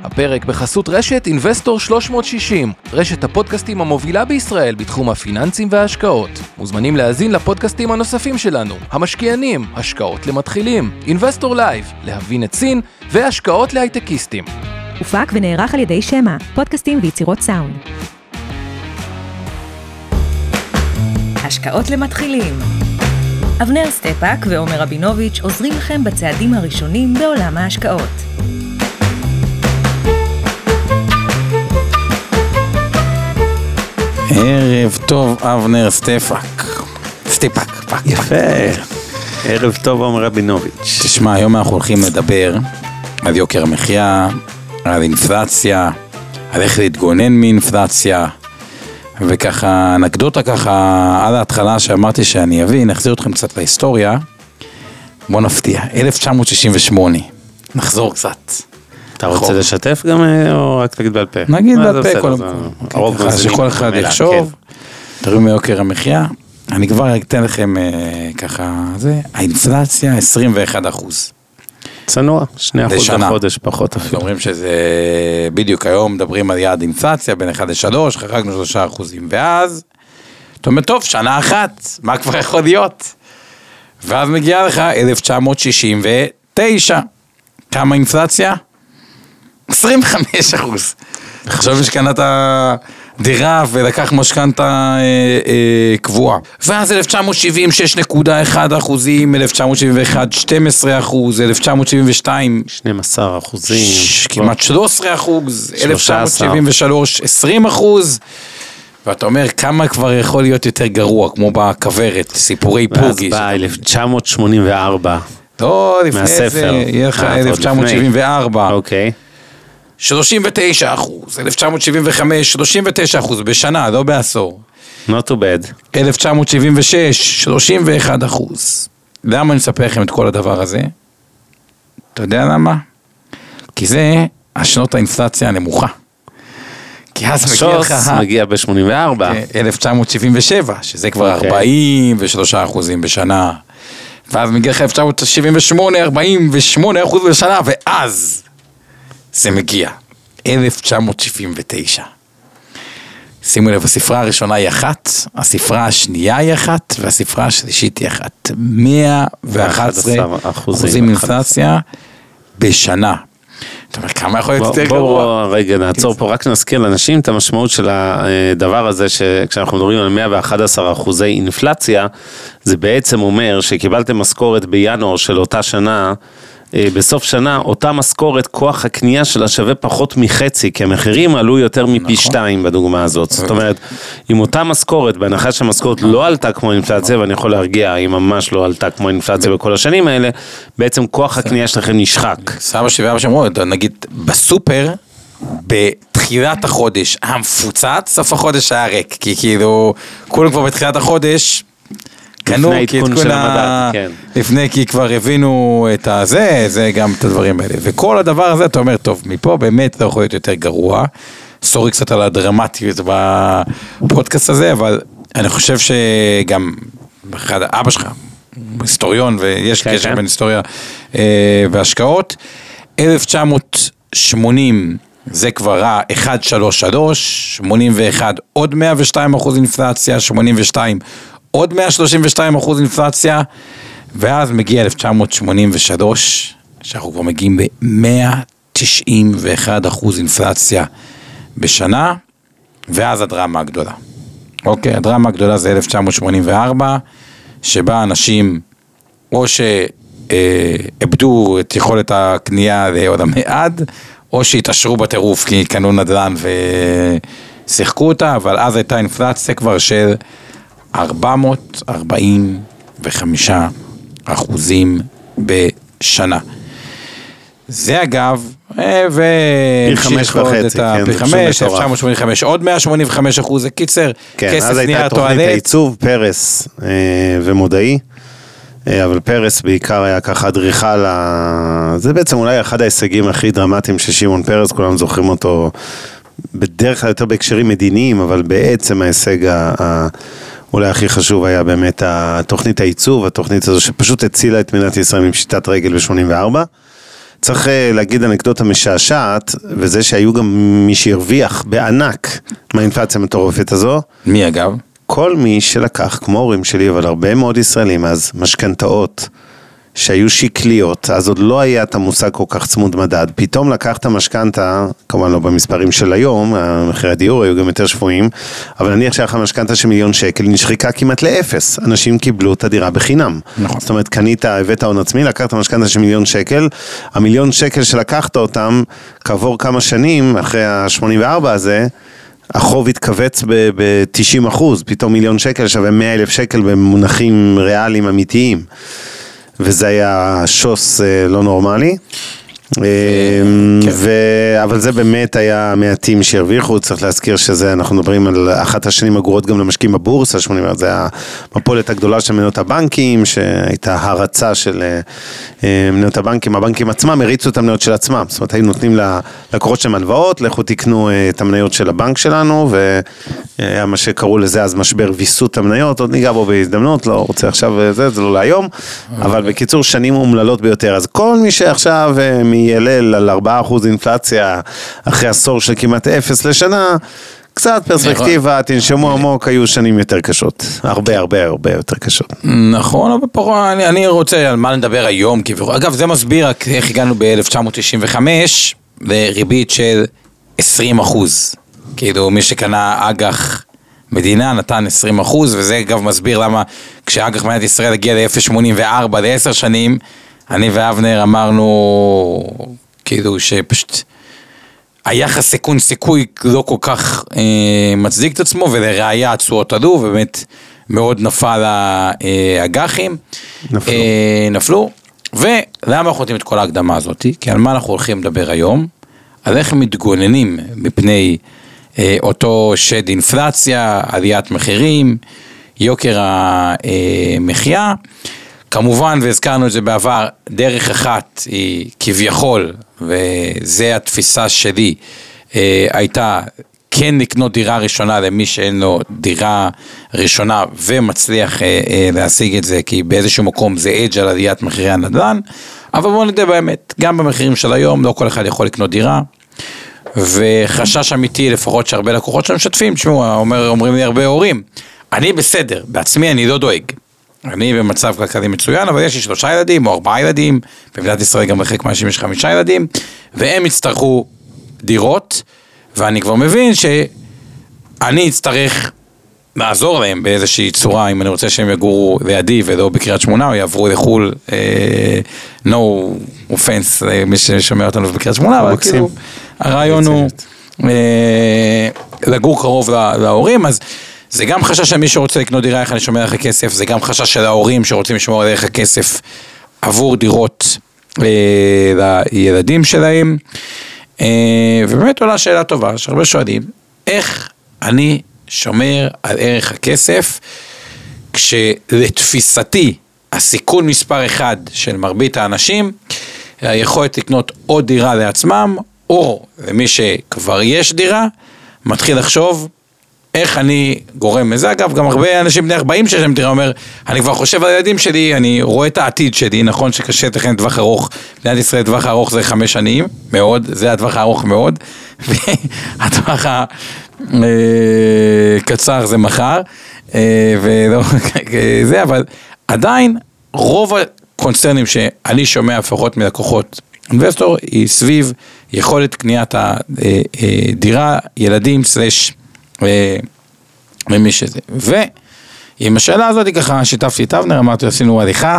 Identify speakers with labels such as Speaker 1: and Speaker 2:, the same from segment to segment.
Speaker 1: הפרק בחסות רשת Investor 360, רשת הפודקאסטים המובילה בישראל בתחום הפיננסים וההשקעות. מוזמנים להאזין לפודקאסטים הנוספים שלנו, המשקיענים, השקעות למתחילים, Investor Live, להבין את סין והשקעות להייטקיסטים.
Speaker 2: הופק ונערך על ידי שמה, פודקאסטים ויצירות סאונד. השקעות למתחילים. אבנר סטפאק ועומר רבינוביץ' עוזרים לכם בצעדים הראשונים בעולם ההשקעות.
Speaker 3: ערב טוב, אבנר סטפאק.
Speaker 4: יפה. ערב טוב, עומר רבינוביץ'.
Speaker 3: תשמע, היום אנחנו הולכים לדבר על יוקר המחיה, על אינפלציה, על איך להתגונן מאינפלציה, וככה, אנקדוטה ככה, על ההתחלה שאמרתי שאני אבין, נחזיר אתכם קצת להיסטוריה. בוא נפתיע, 1968, נחזור קצת.
Speaker 4: אתה רוצה לשתף גם, או רק תגיד בעל פה?
Speaker 3: נגיד בעל פה, ככה שכל אחד יחשוב, תראו מיוקר המחיה, אני כבר אתן לכם ככה, זה, האינפלציה 21%.
Speaker 4: צנוע, 2% בחודש פחות אפילו.
Speaker 3: אומרים שזה, בדיוק היום מדברים על יעד אינפלציה, בין 1-3, חגגנו 3%, ואז, אתה אומר, טוב, שנה אחת, מה כבר יכול להיות? ואז מגיעה לך 1969, כמה אינפלציה? 25%. עכשיו שקנת דירה ולקח משכנתה קבועה. ואז 1970, 6.1%, 1971, 12%, 1972,
Speaker 4: 12%,
Speaker 3: כמעט 13%, 1973, 20%, ואתה אומר, כמה כבר יכול להיות יותר גרוע, כמו בכברת, סיפורי פוגי.
Speaker 4: ואז בא 1984.
Speaker 3: לא, לפני זה, יהיה לך 1974.
Speaker 4: אוקיי.
Speaker 3: 39%, 1975, 39% בשנה, לא בעשור.
Speaker 4: Not too bad.
Speaker 3: 1976, 31%. למה אני אספר לכם את כל הדבר הזה? אתה יודע למה? כי זה השנות האינפלציה הנמוכה. כי אז מגיע לך...
Speaker 4: מגיע ב-84.
Speaker 3: 1977, שזה כבר 43% בשנה. ואז מגיע לך 1978, 48% בשנה, ואז... זה מגיע, 1979. שימו לב, הספרה הראשונה היא אחת, הספרה השנייה היא אחת, והספרה השלישית היא אחת. 111% אינפלציה בשנה. זאת אומרת, כמה יכול להיות יותר גרוע?
Speaker 4: בואו רגע, נעצור פה, רק נזכיר לאנשים את המשמעות של הדבר הזה, שכשאנחנו מדברים על 111% אינפלציה, זה בעצם אומר שקיבלתם משכורת בינואר של אותה שנה, בסוף שנה, אותה משכורת, כוח הקנייה שלה שווה פחות מחצי, כי המחירים עלו יותר מפי 2 בדוגמה הזאת. זאת אומרת, אם אותה משכורת, בהנחה שהמשכורת לא עלתה כמו אינפלציה, ואני יכול להרגיע, היא ממש לא עלתה כמו אינפלציה בכל השנים האלה, בעצם כוח הקנייה שלכם נשחק.
Speaker 3: סבא ואבא שאמרו, נגיד, בסופר, בתחילת החודש המפוצץ, סוף החודש היה ריק, כי כאילו, כולם כבר בתחילת החודש, קנו, כי לפני, כי כבר הבינו את הזה, זה גם את הדברים האלה. וכל הדבר הזה, אתה אומר, טוב, מפה באמת לא יכול להיות יותר גרוע. סורי קצת על הדרמטיות בפודקאסט הזה, אבל אני חושב שגם אבא שלך, היסטוריון, ויש קשר בין היסטוריה והשקעות. 1980, זה כבר 133, 81, עוד 102% אינפלציה, 82, עוד 132% אינפלציה, ואז מגיע 1983, שאנחנו כבר מגיעים ב-191% אינפלציה בשנה, ואז הדרמה הגדולה. אוקיי, הדרמה הגדולה זה 1984, שבה אנשים או שאיבדו את יכולת הקנייה לעולם עד, או שהתעשרו בטירוף כי קנו נדל"ן ושיחקו אותה, אבל אז הייתה אינפלציה כבר של 445% בשנה. זה אגב,
Speaker 4: והמשיך עוד את
Speaker 3: פי 5, 1985, עוד 185%, זה קיצר,
Speaker 4: כן, אז הייתה תוכנית העיצוב, פרס ומודעי, אבל פרס בעיקר היה ככה אדריכל, זה בעצם אולי אחד ההישגים הכי דרמטיים של שמעון פרס, כולם זוכרים אותו בדרך כלל יותר בהקשרים מדיניים, אבל בעצם ההישג אולי הכי חשוב היה באמת התוכנית העיצוב, התוכנית הזו שפשוט הצילה את מדינת ישראל עם פשיטת רגל ב-84. צריך להגיד אנקדוטה משעשעת, וזה שהיו גם מי שהרוויח בענק מהאינפלציה המטורפת הזו.
Speaker 3: מי אגב?
Speaker 4: כל מי שלקח, כמו הורים שלי, אבל הרבה מאוד ישראלים אז, משכנתאות, שהיו שקליות, אז עוד לא היה את המושג כל כך צמוד מדד, פתאום לקחת משכנתה, כמובן לא במספרים של היום, מחירי הדיור היו גם יותר שפויים, אבל נניח שהיה לך משכנתה של $1,000,000, נשחיקה כמעט לאפס, אנשים קיבלו את הדירה בחינם.
Speaker 3: נכון.
Speaker 4: זאת אומרת, קנית, הבאת הון עצמי, לקחת משכנתה של $1,000,000, $1,000,000 שלקחת אותם, כעבור כמה שנים, אחרי ה-84 הזה, החוב התכווץ ב-90%, פתאום $1,000,000 שווה $100,000 במונחים ריאליים אמיתיים. וזה היה שוס לא נורמלי, אבל זה באמת היה מעטים שהרוויחו, צריך להזכיר שזה, אנחנו מדברים על אחת השנים הגרועות גם למשקיעים בבורסה, זה המפולת הגדולה של מניות הבנקים, שהייתה הרצה של מניות הבנקים, הבנקים עצמם הריצו את המניות של עצמם, זאת אומרת, היו נותנים ללקוחות שלהם הלוואות, לכו תקנו את המניות של הבנק שלנו, והיה מה שקראו לזה אז משבר ויסות המניות, עוד ניגע בו בהזדמנות, לא רוצה עכשיו זה לא להיום, אבל בקיצור שנים אומללות ביותר, אז כל מי שעכשיו מיילל על 4% אינפלציה אחרי עשור של כמעט 0 לשנה, קצת פרספקטיבה, תנשמו עמוק, היו שנים יותר קשות, הרבה יותר קשות.
Speaker 3: נכון, אבל פה אני רוצה על מה נדבר היום, אגב זה מסביר איך הגענו ב-1995 לריבית של 20%, כאילו מי שקנה אג"ח מדינה נתן 20%, וזה אגב מסביר למה כשאג"ח מדינת ישראל הגיע ל-0.84 ל-10 שנים, אני ואבנר אמרנו, כאילו שפשוט היחס סיכוי לא כל כך מצדיק את עצמו, ולראיה התשואות עלו, ובאמת מאוד נפל האג"חים, נפלו, ולמה אנחנו נותנים את כל ההקדמה הזאת? כי על מה אנחנו הולכים לדבר היום? על איך הם מתגוננים מפני אותו שד אינפלציה, עליית מחירים, יוקר המחיה, כמובן, והזכרנו את זה בעבר, דרך אחת היא כביכול, וזה התפיסה שלי, הייתה כן לקנות דירה ראשונה למי שאין לו דירה ראשונה, ומצליח להשיג את זה, כי באיזשהו מקום זה אדג' על עליית מחירי הנדל"ן, אבל בואו נדע באמת, גם במחירים של היום, לא כל אחד יכול לקנות דירה, וחשש אמיתי, לפחות שהרבה לקוחות שלנו משתפים, תשמעו, אומרים לי הרבה הורים, אני בסדר, בעצמי אני לא דואג, אני במצב כלכלי מצוין, אבל יש לי 3 ילדים או 4 ילדים, במדינת ישראל גם לחלק מהאנשים יש 5 ילדים, והם יצטרכו דירות, ואני כבר מבין שאני אצטרך לעזור להם באיזושהי צורה, אם אני רוצה שהם יגורו לידי ולא בקריית שמונה, או יעברו לחול, no offense למי ששומע אותנו בקריית שמונה, אבל כאילו, הרעיון הוא לגור קרוב להורים, אז זה גם חשש של מי שרוצה לקנות דירה, איך אני שומר עליך כסף, זה גם חשש של ההורים שרוצים לשמור עליך כסף עבור דירות לילדים שלהם, ובאמת עולה שאלה טובה, שהרבה שואלים, איך אני שומר על ערך הכסף, כשלתפיסתי הסיכון מספר 1 של מרבית האנשים, היכולת לקנות עוד דירה לעצמם, או למי שכבר יש דירה, מתחיל לחשוב, איך אני גורם לזה, אגב, גם הרבה אנשים בני 40 שיש להם דירה, אומר, אני כבר חושב על הילדים שלי, אני רואה את העתיד שלי, נכון שקשה לתכנן טווח ארוך, בניית ישראל טווח ארוך זה 5 שנים, מאוד, זה הטווח הארוך מאוד, והטווח הקצר זה מחר, ולא, זה, אבל עדיין, רוב הקונצרנים שאני שומע לפחות מלקוחות אינבסטור, היא סביב יכולת קניית הדירה, ילדים סלש, ממי שזה. ועם השאלה הזאת ככה שיתפתי את אבנר, אמרתי, עשינו הליכה.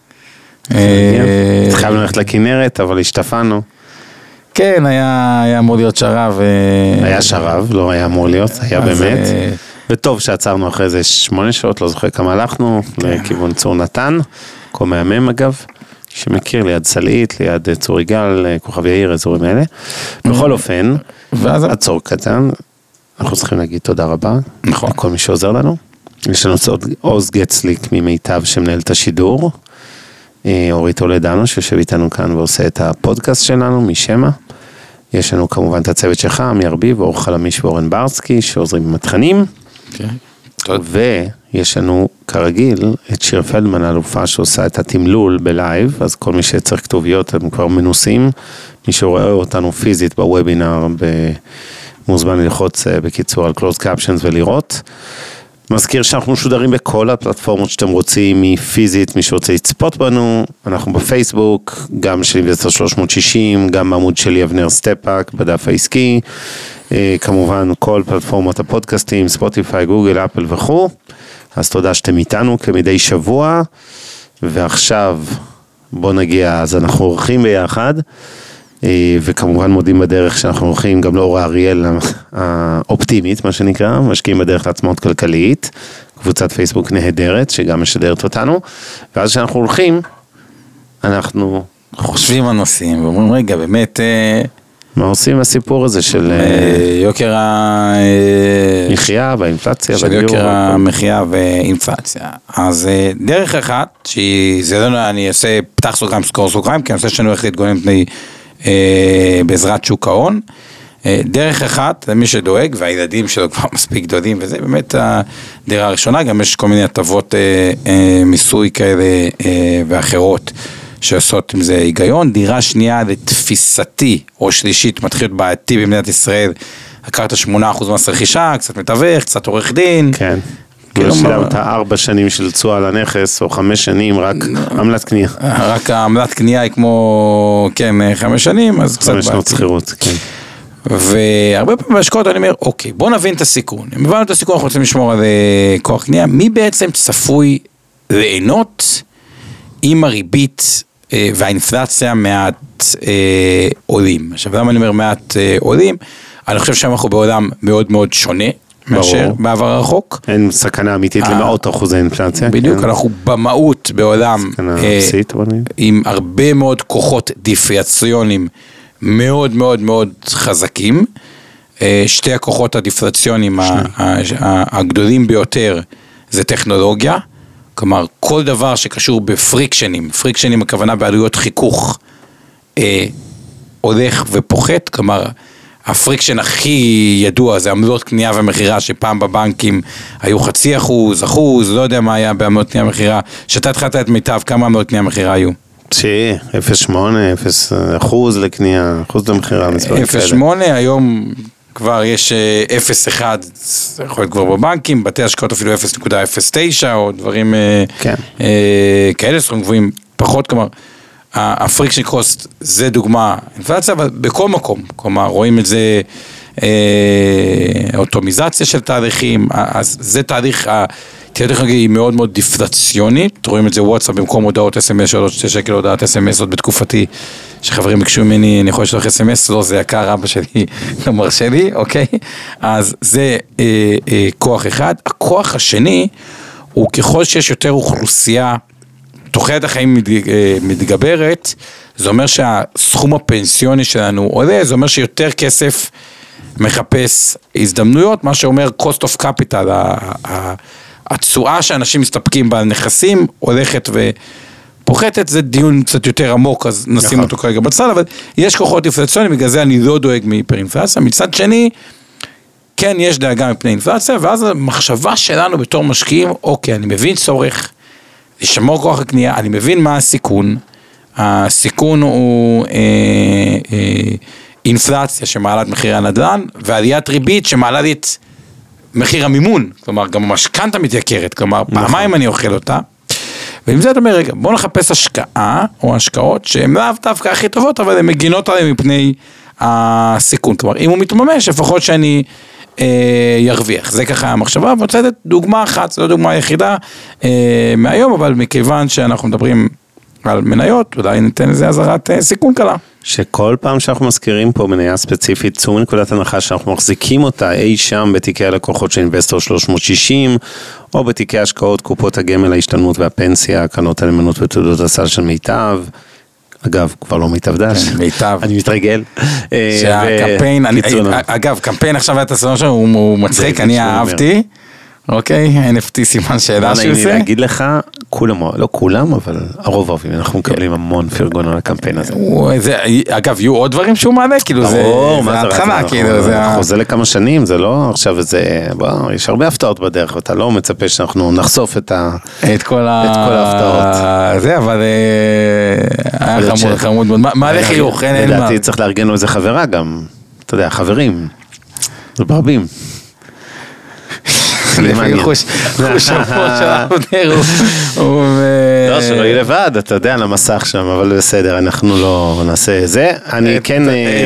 Speaker 4: התחלנו ללכת לכנרת, אבל השתפנו.
Speaker 3: כן, היה אמור להיות שרב.
Speaker 4: היה שרב, לא היה אמור להיות, היה באמת. וטוב שעצרנו אחרי זה 8 שעות, לא זוכר כמה הלכנו, לכיוון צור נתן, כה מהמם אגב, שמכיר ליד סלעית, ליד צור יגאל, כוכב יאיר, אזורים האלה. בכל אופן, עצור קטן, אנחנו צריכים להגיד תודה רבה,
Speaker 3: נכון.
Speaker 4: לכל מי שעוזר לנו. יש לנו עוז גצליק ממיטב שמנהל את השידור, אורית הולדנו שיושב איתנו כאן ועושה את הפודקאסט שלנו משמה. יש לנו כמובן את הצוות שלך, עמי ארביב, אור חלמיש ואורן ברסקי שעוזרים עם התכנים. ויש לנו כרגיל את שיר פלדמן, האלופה שעושה את התמלול בלייב, אז כל מי שצריך כתוביות הם כבר מנוסים, מי שרואה אותנו פיזית בוובינר, מוזמן ללחוץ בקיצור על closed captions ולראות. מזכיר שאנחנו משודרים בכל הפלטפורמות שאתם רוצים, מפיזית, מי שרוצה לצפות בנו, אנחנו בפייסבוק, גם של אינבסטור 360, גם בעמוד שלי אבנר סטפאק, בדף העסקי, כמובן כל פלטפורמות הפודקאסטים, ספוטיפיי, גוגל, אפל וכו'. אז תודה שאתם איתנו כמדי שבוע, ועכשיו בוא נגיע, אז אנחנו עורכים ביחד, וכמובן מודים בדרך שאנחנו הולכים גם לאורה אריאל האופטימית, מה שנקרא, משקיעים בדרך לעצמאות כלכלית, קבוצת פייסבוק נהדרת, שגם משדרת אותנו, ואז שאנחנו הולכים, אנחנו
Speaker 3: חושבים על נושאים, ואומרים רגע, באמת,
Speaker 4: מה עושים הסיפור הזה של
Speaker 3: יוקר
Speaker 4: המחיה והאינפלציה,
Speaker 3: של יוקר המחיה ואינפלציה. אז דרך אחת, שזה לא, אני אעשה פתח סוגריים, סגור סוגריים, כי אני חושב שאני הולך להתגונן מפני בעזרת שוק ההון. דרך אחת, למי שדואג, והילדים שלו כבר מספיק דודים, וזה באמת הדרך הראשונה, גם יש כל מיני הטבות מיסוי כאלה ואחרות, שעושות עם זה היגיון. דירה שנייה לתפיסתי, או שלישית, מתחיל בעייתי במדינת ישראל, לקחת 8% מס רכישה, קצת מתווך, קצת עורך דין.
Speaker 4: כן. כאילו שילמת 4 שנים של תשואה על הנכס, או 5 שנים, רק עמלת קנייה.
Speaker 3: רק העמלת קנייה היא כמו, כן, 5 שנים, אז קצת בעייתי.
Speaker 4: 5 שנות שכירות, כן.
Speaker 3: והרבה פעמים בהשקעות אני אומר, אוקיי, בוא נבין את הסיכון. אם הבנו את הסיכון, אנחנו רוצים לשמור על כוח קנייה. מי בעצם צפוי ליהנות עם הריבית והאינפלציה מעט עולים? עכשיו, למה אני אומר מעט עולים? אני חושב שאנחנו בעולם מאוד מאוד שונה מאשר בעבר הרחוק.
Speaker 4: אין סכנה אמיתית למאות אחוזי אינפלציה.
Speaker 3: בדיוק, אנחנו במהות בעולם עם הרבה מאוד כוחות דיפרנציוניים מאוד מאוד מאוד חזקים. שתי הכוחות הדיפרנציוניים הגדולים ביותר זה טכנולוגיה, כלומר כל דבר שקשור בפריקשנים, פריקשנים הכוונה בעלויות חיכוך, הולך ופוחת, כלומר הפריקשן הכי ידוע זה עמלות קנייה ומחירה, שפעם בבנקים היו 0.5%, 1%, לא יודע מה היה בעמלות קנייה ומחירה, שאתה התחלת את מיטב, כמה עמלות קנייה ומחירה היו?
Speaker 4: 0.8, 0% לקנייה, אחוז למחירה, מספרים כאלה.
Speaker 3: 0.8, היום כבר יש 0.1, זה יכול להיות כבר בבנקים, בתי השקעות אפילו 0.09, או דברים כאלה, סכומים גבוהים פחות, כלומר, הפריקשן קוסט זה דוגמה אינפלציה, אבל בכל מקום, כלומר, רואים את זה אוטומיזציה של תהליכים, אז זה תהליך, הטכנולוגיה היא מאוד מאוד דיפרנציונית, רואים את זה וואטסאפ במקום הודעות SMS, 2 שקל הודעת SMS, עוד בתקופתי, שחברים ביקשו ממני, אני יכול לשלוח SMS, לא, זה יקר, אבא שלי לא מרשה לי, אוקיי? אז זה כוח אחד. הכוח השני, הוא ככל שיש יותר אוכלוסייה, תוחלת החיים מתגברת, זה אומר שהסכום הפנסיוני שלנו עולה, זה אומר שיותר כסף מחפש הזדמנויות, מה שאומר cost of capital, התשואה שאנשים מסתפקים בנכסים, הולכת ופוחתת, זה דיון קצת יותר עמוק, אז נשים אותו כרגע בצד, אבל יש כוחות אינפלציוניים, בגלל זה אני לא דואג מהיפר-אינפלציה, מצד שני, כן יש דאגה מפני אינפלציה, ואז המחשבה שלנו בתור משקיעים, אוקיי, אני מבין צורך, לשמור כוח הקנייה, אני מבין מה הסיכון, הסיכון הוא אינפלציה שמעלה את מחירי הנדל"ן, ועליית ריבית שמעלה את מחיר המימון, כלומר גם המשכנתא מתייקרת, כלומר פעמיים אני אוכל אותה, ועם זה אתה אומר, רגע, בוא נחפש השקעה או השקעות שהן לאו דווקא הכי טובות, אבל הן מגינות עליהן מפני הסיכון, כלומר אם הוא מתממש, לפחות שאני ירוויח, זה ככה המחשבה, וצאת דוגמה אחת, זו דוגמה היחידה מהיום, אבל מכיוון שאנחנו מדברים על מניות, אולי ניתן לזה עזרת סיכון קלה.
Speaker 4: שכל פעם שאנחנו מזכירים פה מניה ספציפית, צאו מנקודת הנחה שאנחנו מחזיקים אותה אי שם בתיקי הלקוחות של אינבסטור 360, או בתיקי השקעות, קופות הגמל, ההשתלמות והפנסיה, קרנות הנאמנות ותעודות הסל של מיטב, אגב, כבר לא מיטב דש,
Speaker 3: מיטב.
Speaker 4: אני מתרגל.
Speaker 3: שהקמפיין, אגב, קמפיין עכשיו היה את הסלון שלנו, הוא מצחיק, אני אהבתי, אוקיי, NFT סימן שאלה שהוא עושה.
Speaker 4: אני אגיד לך, כולם, לא כולם, אבל הרוב אוהבים, אנחנו מקבלים המון פרגון על הקמפיין הזה.
Speaker 3: אגב, יהיו עוד דברים שהוא מעלה, כאילו זה התחלה, כאילו זה...
Speaker 4: חוזה לכמה שנים, זה לא עכשיו זה, יש הרבה הפתעות בדרך, ואתה לא מצפה שאנחנו נחשוף את כל ההפתעות.
Speaker 3: זה, אבל חמוד, מעלה חיוך, אין מה.
Speaker 4: לדעתי צריך לארגן לו איזה חברה גם, אתה יודע, חברים, זה ברבים.
Speaker 3: חוש אפור של אבנר
Speaker 4: לא, שלא יהיה לבד, אתה יודע, על המסך שם, אבל בסדר, אנחנו לא נעשה זה, אני כן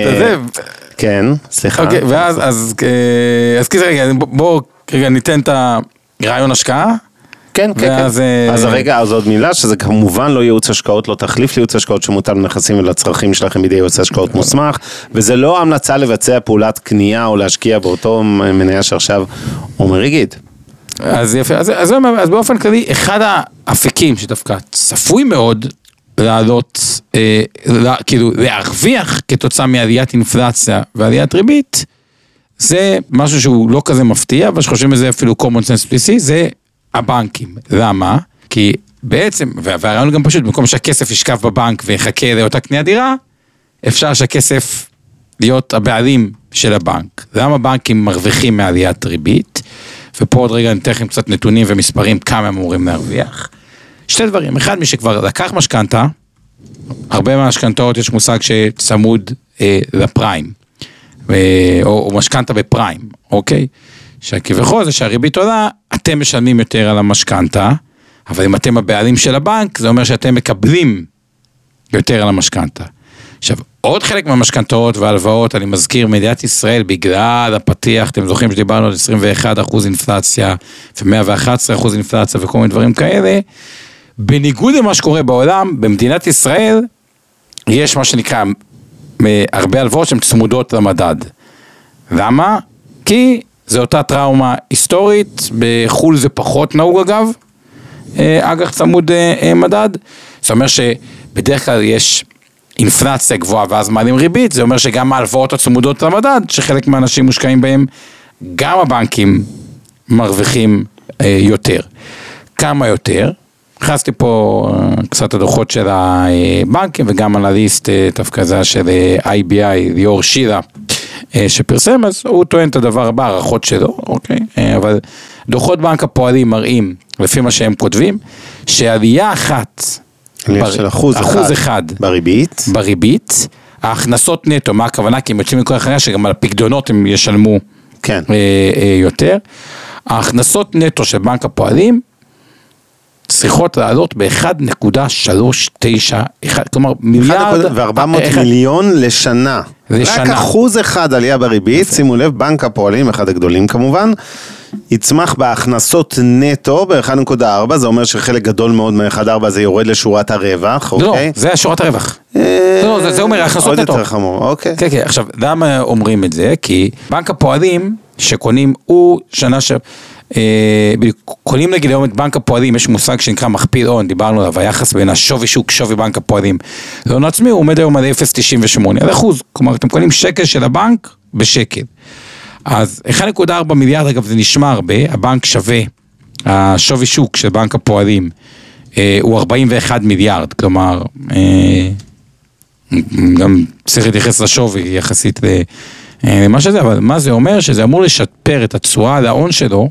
Speaker 4: כן, סליחה.
Speaker 3: אוקיי, ואז אז כזה בואו רגע ניתן את הרעיון השקעה.
Speaker 4: כן, כן, אז הרגע, אז עוד מילה, שזה כמובן לא ייעוץ השקעות, לא תחליף לייעוץ השקעות שמוטל לנכסים ולצרכים שלכם בידי ייעוץ השקעות מוסמך, וזה לא המלצה לבצע פעולת קנייה או להשקיע באותו מניה שעכשיו עומר יגיד.
Speaker 3: אז יפה, אז באופן כללי, אחד האפיקים שדווקא צפוי מאוד לעלות, כאילו להרוויח כתוצאה מעליית אינפלציה ועליית ריבית, זה משהו שהוא לא כזה מפתיע, אבל שחושבים בזה אפילו common sense בסיסי, זה הבנקים. למה? כי בעצם, והרעיון גם פשוט, במקום שהכסף ישכב בבנק ויחכה לאותה קנייה דירה, אפשר שהכסף להיות הבעלים של הבנק. למה בנקים מרוויחים מעליית ריבית? ופה עוד רגע ניתן לכם קצת נתונים ומספרים כמה הם אמורים להרוויח. שתי דברים, אחד, מי שכבר לקח משכנתה, הרבה מהמשכנתאות יש מושג שצמוד לפריים, או משכנתה בפריים, אוקיי? שכביכול זה שהריבית עולה, אתם משלמים יותר על המשכנתה, אבל אם אתם הבעלים של הבנק, זה אומר שאתם מקבלים יותר על המשכנתה. עכשיו, עוד חלק מהמשכנתאות והלוואות, אני מזכיר, מדינת ישראל, בגלל הפתיח, אתם זוכרים שדיברנו על 21% אינפלציה, ו111% אינפלציה, וכל מיני דברים כאלה, בניגוד למה שקורה בעולם, במדינת ישראל, יש מה שנקרא, הרבה הלוואות שהן צמודות למדד. למה? כי זו אותה טראומה היסטורית, בחול זה פחות נהוג אגב, אג"ח צמוד מדד, זאת אומרת שבדרך כלל יש אינפלציה גבוהה ואז מעלים ריבית, זה אומר שגם ההלוואות הצמודות למדד, שחלק מהאנשים מושקעים בהם, גם הבנקים מרוויחים יותר. כמה יותר? הכנסתי פה קצת הדוחות של הבנקים, וגם אנליסט תפקזה של IBI, ליאור שירה, שפרסם, אז הוא טוען את הדבר הבא, הערכות שלו, אוקיי? אבל דוחות בנק הפועלים מראים, לפי מה שהם כותבים, שעלייה אחת,
Speaker 4: של אחוז אחד
Speaker 3: בריבית, ההכנסות נטו, מה הכוונה? כי הם יוצאים מכל אחריה, שגם על הפקדונות הם ישלמו יותר. ההכנסות נטו של בנק הפועלים, צריכות לעלות ב-1.39, כלומר מיליארד
Speaker 4: ו-400 מיליון לשנה. רק אחוז אחד עלייה בריבית, שימו לב, בנק הפועלים, אחד הגדולים כמובן, יצמח בהכנסות נטו ב-1.4, זה אומר שחלק גדול מאוד מ-1.4 זה יורד לשורת הרווח, אוקיי?
Speaker 3: לא, זה שורת הרווח. לא, זה אומר הכנסות נטו.
Speaker 4: עוד יותר חמור, אוקיי.
Speaker 3: כן, כן, עכשיו, למה אומרים את זה? כי בנק הפועלים שקונים, הוא שנה קונים נגיד היום את בנק הפועלים, יש מושג שנקרא מכפיל הון, דיברנו עליו, היחס בין השווי שוק, שווי בנק הפועלים, להון עצמי הוא עומד היום על 0.98, על אחוז, כלומר אתם קונים שקל של הבנק בשקל, אז 1.4 מיליארד, אגב זה נשמע הרבה, הבנק שווה, השווי שוק של בנק הפועלים, הוא 41 מיליארד, כלומר, גם צריך להתייחס לשווי יחסית למה שזה, אבל מה זה אומר? שזה אמור לשפר את התשואה להון שלו,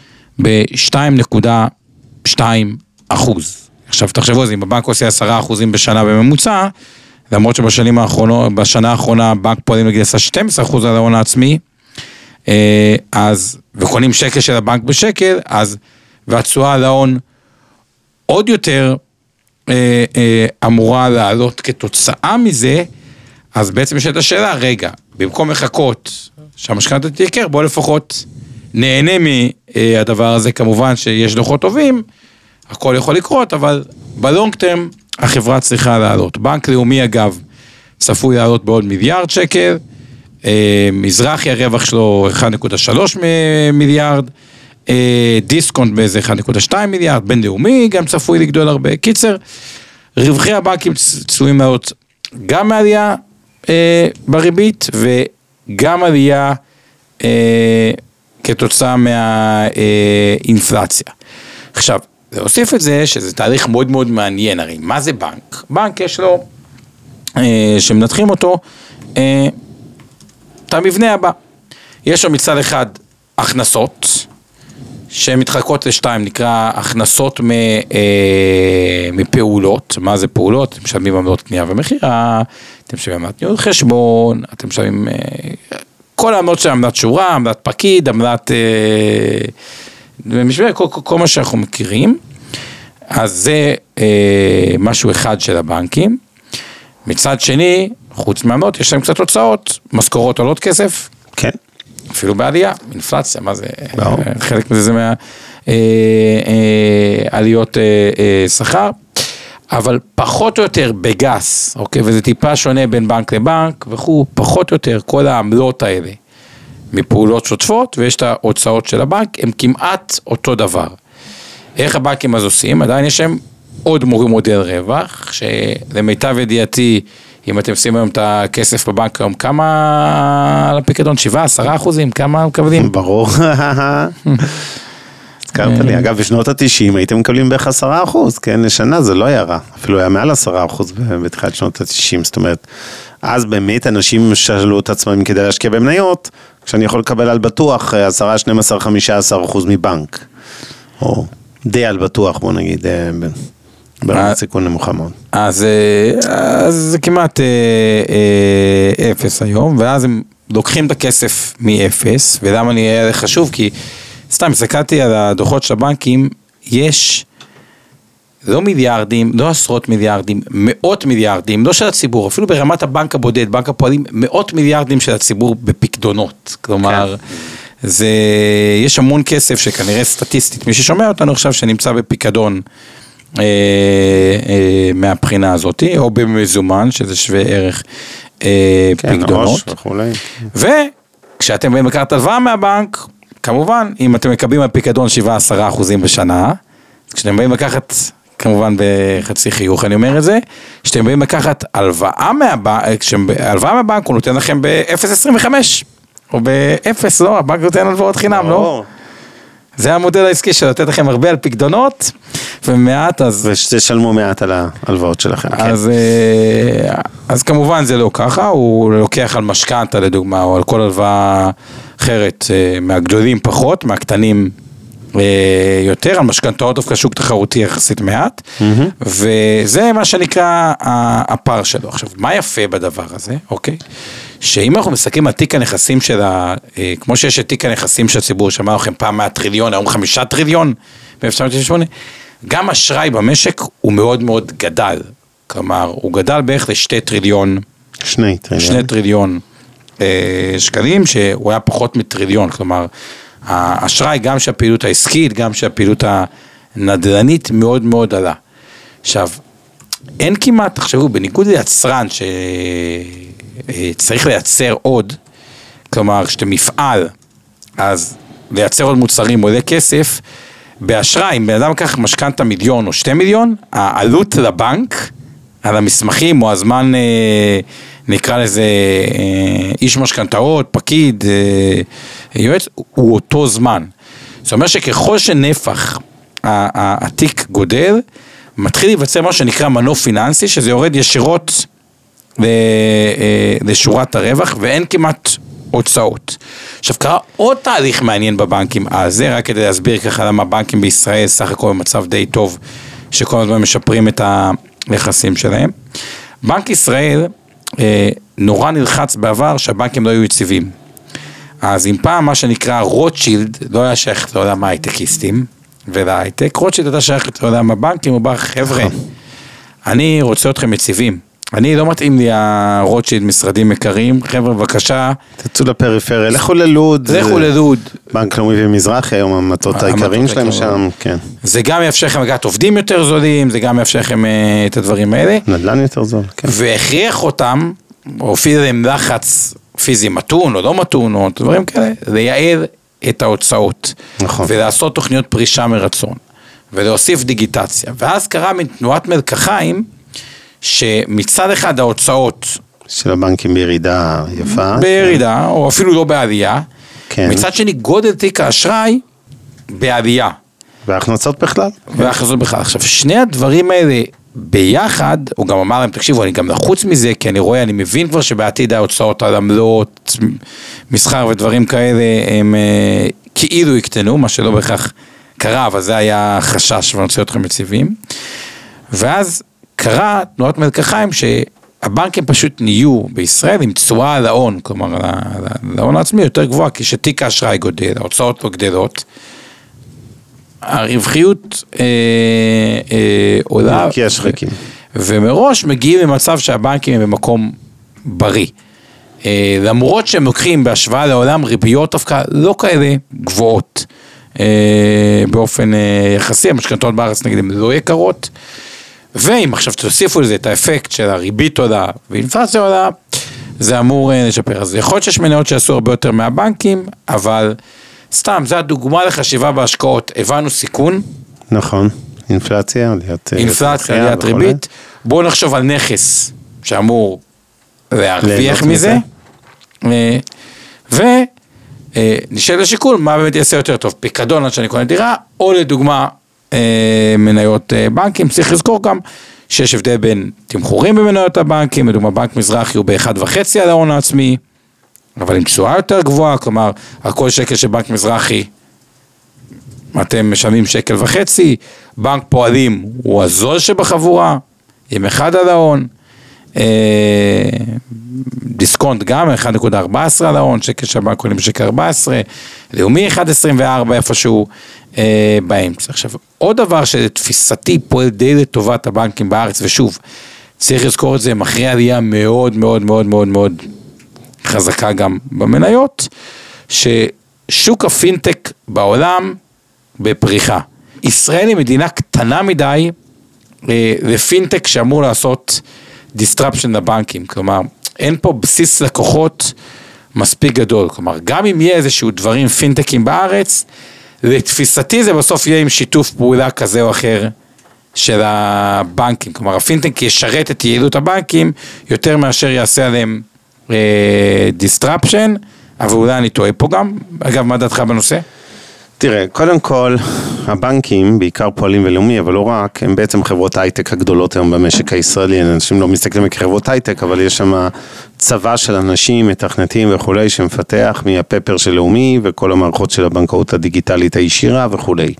Speaker 3: ב-2.2%. עכשיו תחשבו, אז אם הבנק עושה 10% בשנה בממוצע, למרות בשנה האחרונה הבנק פועלים נגיד עשה 12% על ההון העצמי, אז, וקונים שקל של הבנק בשקל, אז, והתשואה על ההון עוד יותר אמורה לעלות כתוצאה מזה, אז בעצם יש את השאלה, רגע, במקום לחכות שהמשכנתא תתייקר, בוא לפחות נהנה מהדבר הזה, כמובן שיש דוחות טובים, הכל יכול לקרות, אבל בלונג טרם החברה צריכה לעלות. בנק לאומי אגב, צפוי לעלות בעוד מיליארד שקל, מזרחי הרווח שלו 1.3 מיליארד, דיסקונט באיזה 1.2 מיליארד, בינלאומי גם צפוי לגדול הרבה. קיצר, רווחי הבנקים צפויים לעלות גם מעלייה בריבית, וגם עלייה, כתוצאה מהאינפלציה. עכשיו, להוסיף את זה, שזה תהליך מאוד מאוד מעניין, הרי מה זה בנק? בנק יש לו, שמנתחים אותו, את המבנה הבא. יש לו מצד אחד הכנסות, שמתחלקות לשתיים, נקרא הכנסות מפעולות. מה זה פעולות? אתם משלמים עמלות קנייה ומחירה, אתם משלמים עמלת ניהול חשבון, אתם משלמים כל העמלות של עמלת שורה, עמלת פקיד, עמלת כל מה שאנחנו מכירים. אז זה משהו אחד של הבנקים. מצד שני, חוץ מהעמלות, יש להם קצת הוצאות, משכורות עולות כסף.
Speaker 4: כן.
Speaker 3: אפילו בעלייה, אינפלציה, מה זה? חלק מזה זה מהעליות שכר, אבל פחות או יותר בגס, אוקיי? וזה טיפה שונה בין בנק לבנק, וכו', פחות או יותר כל העמלות האלה מפעולות שוטפות, ויש את ההוצאות של הבנק, הם כמעט אותו דבר. איך הבנקים אז עושים? עדיין יש להם עוד מודל רווח, שלמיטב ידיעתי, אם אתם שימים היום את הכסף בבנק היום, כמה על הפיקדון? 7-10%? כמה מקבלים?
Speaker 4: ברור. הזכרת לי, אגב, בשנות ה-90 הייתם מקבלים בערך 10%, כן, לשנה זה לא היה רע, אפילו היה מעל 10% בתחילת שנות ה-90, זאת אומרת, אז באמת אנשים שאלו את עצמם כדי להשקיע במניות, כשאני יכול לקבל על בטוח 10, 12, 15% מבנק, או די על בטוח, בוא נגיד, ברמת סיכון נמוכה מאוד.
Speaker 3: אז זה כמעט אפס היום, ואז הם לוקחים את הכסף מאפס, ולמה אני אהיה חשוב? כי סתם, הסתכלתי על הדוחות של הבנקים, יש לא מיליארדים, לא עשרות מיליארדים, מאות מיליארדים, לא של הציבור, אפילו ברמת הבנק הבודד, בנק הפועלים, מאות מיליארדים של הציבור בפקדונות, כלומר, יש המון כסף שכנראה סטטיסטית, מי ששומע אותנו עכשיו שנמצא בפקדון, מהבחינה הזאת, או במזומן, שזה שווה ערך פקדונות. וכשאתם באים לקחת הלוואה מהבנק, כמובן, אם אתם מקבלים על פקדון 7-10% בשנה, כשאתם באים לקחת, כמובן בחצי חיוך אני אומר את זה, כשאתם באים לקחת הלוואה מהבנק, הוא נותן לכם ב-0.25, או ב-0, לא, הבנק נותן הלוואות חינם, לא? זה המודל העסקי של לתת לכם הרבה על פקדונות, ומעט אז...
Speaker 4: ושתשלמו מעט על ההלוואות שלכם.
Speaker 3: אז כמובן זה לא ככה, הוא לוקח על משכנתא לדוגמה, או על כל הלוואה אחרת, מהגדולים פחות, מהקטנים יותר, על משכנתאות דווקא שוק תחרותי יחסית מעט, וזה מה שנקרא הפער שלו. עכשיו, מה יפה בדבר הזה, אוקיי? שאם אנחנו מסתכלים על תיק הנכסים של כמו שיש את תיק הנכסים של הציבור, שאמר לכם פעם 100 טריליון, היום 5 טריליון, ב-1998, גם אשראי במשק הוא מאוד מאוד גדל, כלומר, הוא גדל בערך ל2 טריליון, 2 טריליון שקלים, שהוא היה פחות מטריליון, כלומר, האשראי גם שהפעילות העסקית, גם שהפעילות הנדל"נית מאוד מאוד עלה. עכשיו, אין כמעט, תחשבו, בניגוד ליצרן שצריך לייצר עוד, כלומר, כשאתם מפעל, אז לייצר עוד מוצרים עולה כסף, באשראי, אם בן אדם לקח משכנתא 1 מיליון או 2 מיליון, העלות לבנק, על המסמכים או הזמן, נקרא לזה איש משכנתאות, פקיד, יועץ, הוא אותו זמן. זאת אומרת שככל שנפח התיק גודל, מתחיל להיווצר מה שנקרא מנוף פיננסי, שזה יורד ישירות לשורת הרווח, ואין כמעט הוצאות. עכשיו, קרה עוד תהליך מעניין בבנקים, זה רק כדי להסביר ככה למה הבנקים בישראל סך הכל במצב די טוב, שכל הזמן משפרים את היחסים שלהם. בנק ישראל נורא נלחץ בעבר שהבנקים לא היו יציבים. אז אם פעם מה שנקרא רוטשילד, לא היה שייך לעולם ההייטקיסטים ולהייטק, רוטשילד אתה שייך לעולם הבנקים, הוא בא, חבר'ה, אני רוצה אתכם יציבים. אני לא מתאים לי הרוטשילד משרדים מקרים, חבר'ה בבקשה.
Speaker 4: תצאו לפריפריה, לכו ללוד.
Speaker 3: לכו ללוד.
Speaker 4: בנק לאומי ומזרחי, היום המטות העיקריים שלהם שם, כן.
Speaker 3: זה גם יאפשר לכם לגעת עובדים יותר זולים, זה גם יאפשר לכם את הדברים האלה.
Speaker 4: נדל"ן יותר זול, כן.
Speaker 3: והכריח אותם, או אפילו להם לחץ פיזי מתון או לא מתון, או דברים כאלה, לייעל את ההוצאות.
Speaker 4: נכון.
Speaker 3: ולעשות תוכניות פרישה מרצון. ולהוסיף דיגיטציה. ואז קרה מתנועת מלקחיים, שמצד אחד ההוצאות
Speaker 4: של הבנקים בירידה יפה.
Speaker 3: בירידה, או אפילו לא בעלייה.
Speaker 4: כן.
Speaker 3: כן. מצד שני, גודל תיק האשראי בעלייה.
Speaker 4: וההכנסות בכלל.
Speaker 3: וההכנסות בכלל. עכשיו, שני הדברים האלה ביחד, הוא גם אמר להם, תקשיבו, אני גם לחוץ מזה, כי אני רואה, אני מבין כבר שבעתיד ההוצאות על עמלות, מסחר ודברים כאלה, הם כאילו יקטנו, מה שלא בכך קרה, אבל זה היה חשש, ואני רוצה אתכם מציבים. ואז קרה תנועת מלקחיים, שהבנקים פשוט נהיו בישראל עם תשואה על ההון, כלומר, על ההון העצמי יותר גבוהה, כי שתיק האשראי גודל, ההוצאות לא גדלות, הרווחיות עולה, ומראש מגיעים למצב שהבנקים הם במקום בריא. למרות שהם לוקחים בהשוואה לעולם ריביות דווקא לא כאלה גבוהות באופן יחסי, המשכנתאות בארץ נגיד הן לא יקרות, ואם עכשיו תוסיפו לזה את האפקט של הריבית עולה ואינפלציה עולה, זה אמור לשפר. אז יכול להיות שיש מניות שעשו הרבה יותר מהבנקים, אבל סתם, זה הדוגמה לחשיבה בהשקעות, הבנו סיכון.
Speaker 4: נכון, אינפלציה,
Speaker 3: עליית ריבית. בואו נחשוב על נכס שאמור להרוויח מזה, ונשאל לשיקול, מה באמת יעשה יותר טוב, פיקדון עד שאני קונה דירה, או לדוגמה מניות בנקים. צריך לזכור גם שיש הבדל בין תמחורים במניות הבנקים, לדוגמה בנק מזרחי הוא ב1.5 על ההון העצמי, אבל עם תשואה יותר גבוהה, כלומר, על כל שקל של בנק מזרחי, אתם משלמים 1.5 שקל, בנק פועלים הוא הזול שבחבורה, עם 1 על ההון, דיסקונט גם 1.14 על ההון, שקל שהבנק קונים 1.14, לאומי 1.24 איפשהו באמצע. עכשיו, עוד דבר שתפיסתי פועל די לטובת הבנקים בארץ, ושוב, צריך לזכור את זה, אחרי עלייה מאוד מאוד מאוד מאוד מאוד חזקה גם במניות, ששוק הפינטק בעולם בפריחה. ישראל היא מדינה קטנה מדי לפינטק שאמור לעשות disruption לבנקים, כלומר, אין פה בסיס לקוחות מספיק גדול, כלומר, גם אם יהיה איזשהו דברים פינטקים בארץ, לתפיסתי זה בסוף יהיה עם שיתוף פעולה כזה או אחר של הבנקים, כלומר, הפינטק ישרת את יעילות הבנקים, יותר מאשר יעשה עליהם disruption, אבל אולי אני טועה פה גם. אגב, מה דעתך בנושא?
Speaker 4: תראה, קודם כל, הבנקים, בעיקר פועלים ולאומי, אבל לא רק, הם בעצם חברות הייטק הגדולות היום במשק הישראלי. אנשים לא מסתכלים כחברות הייטק, אבל יש שם צבא של אנשים, מתכנתים וכולי, שמפתח מהפפר של לאומי, וכל המערכות של הבנקאות הדיגיטלית הישירה וכולי.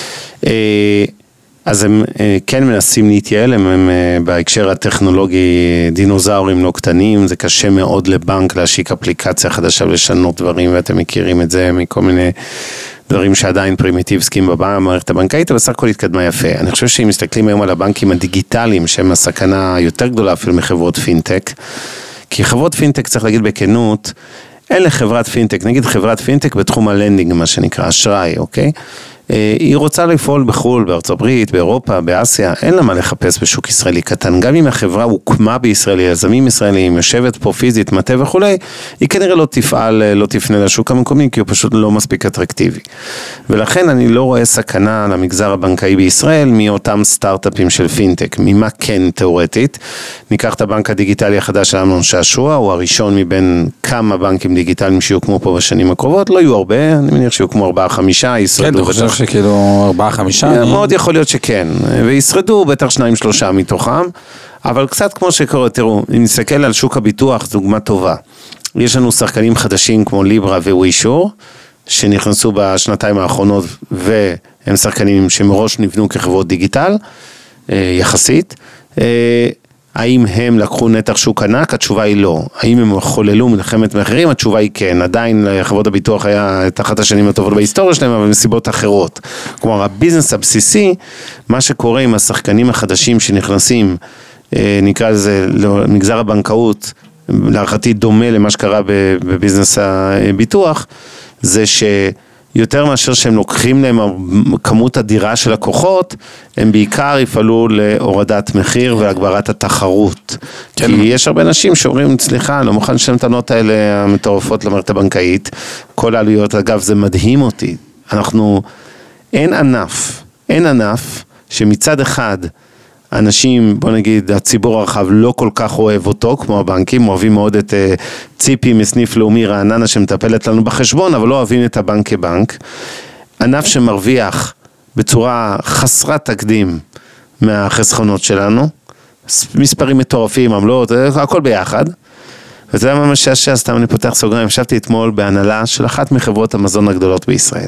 Speaker 4: אז הם כן מנסים להתייעל, הם בהקשר הטכנולוגי דינוזאורים לא קטנים, זה קשה מאוד לבנק להשיק אפליקציה חדשה ולשנות דברים, ואתם מכירים את זה מכל מיני דברים שעדיין פרימיטיבסקים במערכת הבנקאית, אבל בסך הכל התקדמה יפה. אני חושב שאם מסתכלים היום על הבנקים הדיגיטליים, שהם הסכנה יותר גדולה אפילו מחברות פינטק, כי חברות פינטק, צריך להגיד בכנות, אין לחברת פינטק, נגיד חברת פינטק בתחום הלנדינג, מה שנקרא, אשראי, אוקיי? היא רוצה לפעול בחול, בארצות הברית, באירופה, באסיה, אין לה מה לחפש בשוק ישראלי קטן. גם אם החברה הוקמה בישראל, יזמים ישראלים, יושבת פה פיזית, מטה וכולי, היא כנראה לא תפעל, לא תפנה לשוק המקומי, כי הוא פשוט לא מספיק אטרקטיבי. ולכן אני לא רואה סכנה למגזר הבנקאי בישראל, מאותם סטארט-אפים של פינטק, ממה כן תיאורטית. ניקח את הבנק הדיגיטלי החדש של אמנון שעשוע, הוא הראשון מבין כמה בנקים דיגיטליים שיוקמו פה בשנים הקרובות, לא יהיו הרבה, אני מניח שיוקמו 4-5, ישרדו בטח.
Speaker 3: שכאילו 4-5.
Speaker 4: מאוד יכול להיות שכן, וישרדו בטח 2-3 מתוכם, אבל קצת כמו שקורה, תראו, אם נסתכל על שוק הביטוח, זו דוגמה טובה. יש לנו שחקנים חדשים כמו ליברה ווישור, שנכנסו בשנתיים האחרונות, והם שחקנים שמראש נבנו כחברות דיגיטל, יחסית. האם הם לקחו נתח שוק ענק? התשובה היא לא. האם הם חוללו מלחמת מחירים? התשובה היא כן. עדיין לחברות הביטוח היה את אחת השנים הטובות בהיסטוריה שלהם, אבל מסיבות אחרות. כלומר, הביזנס הבסיסי, מה שקורה עם השחקנים החדשים שנכנסים, נקרא לזה למגזר הבנקאות, להערכתי דומה למה שקרה בביזנס הביטוח, זה יותר מאשר שהם לוקחים להם כמות אדירה של לקוחות, הם בעיקר יפעלו להורדת מחיר והגברת התחרות. כי יש הרבה אנשים שאומרים, סליחה, לא מוכן לשלם את העמלות האלה המטורפות למערכת הבנקאית, כל העלויות, אגב, זה מדהים אותי. אין ענף שמצד אחד אנשים, בוא נגיד, הציבור הרחב לא כל כך אוהב אותו, כמו הבנקים, אוהבים מאוד את ציפי מסניף לאומי רעננה שמטפלת לנו בחשבון, אבל לא אוהבים את הבנק כבנק. ענף שמרוויח בצורה חסרת תקדים מהחסכונות שלנו, מספרים מטורפים, עמלות, הכל ביחד. וזה היה ממש שעשע, סתם אני פותח סוגריים, ישבתי אתמול בהנהלה של אחת מחברות המזון הגדולות בישראל.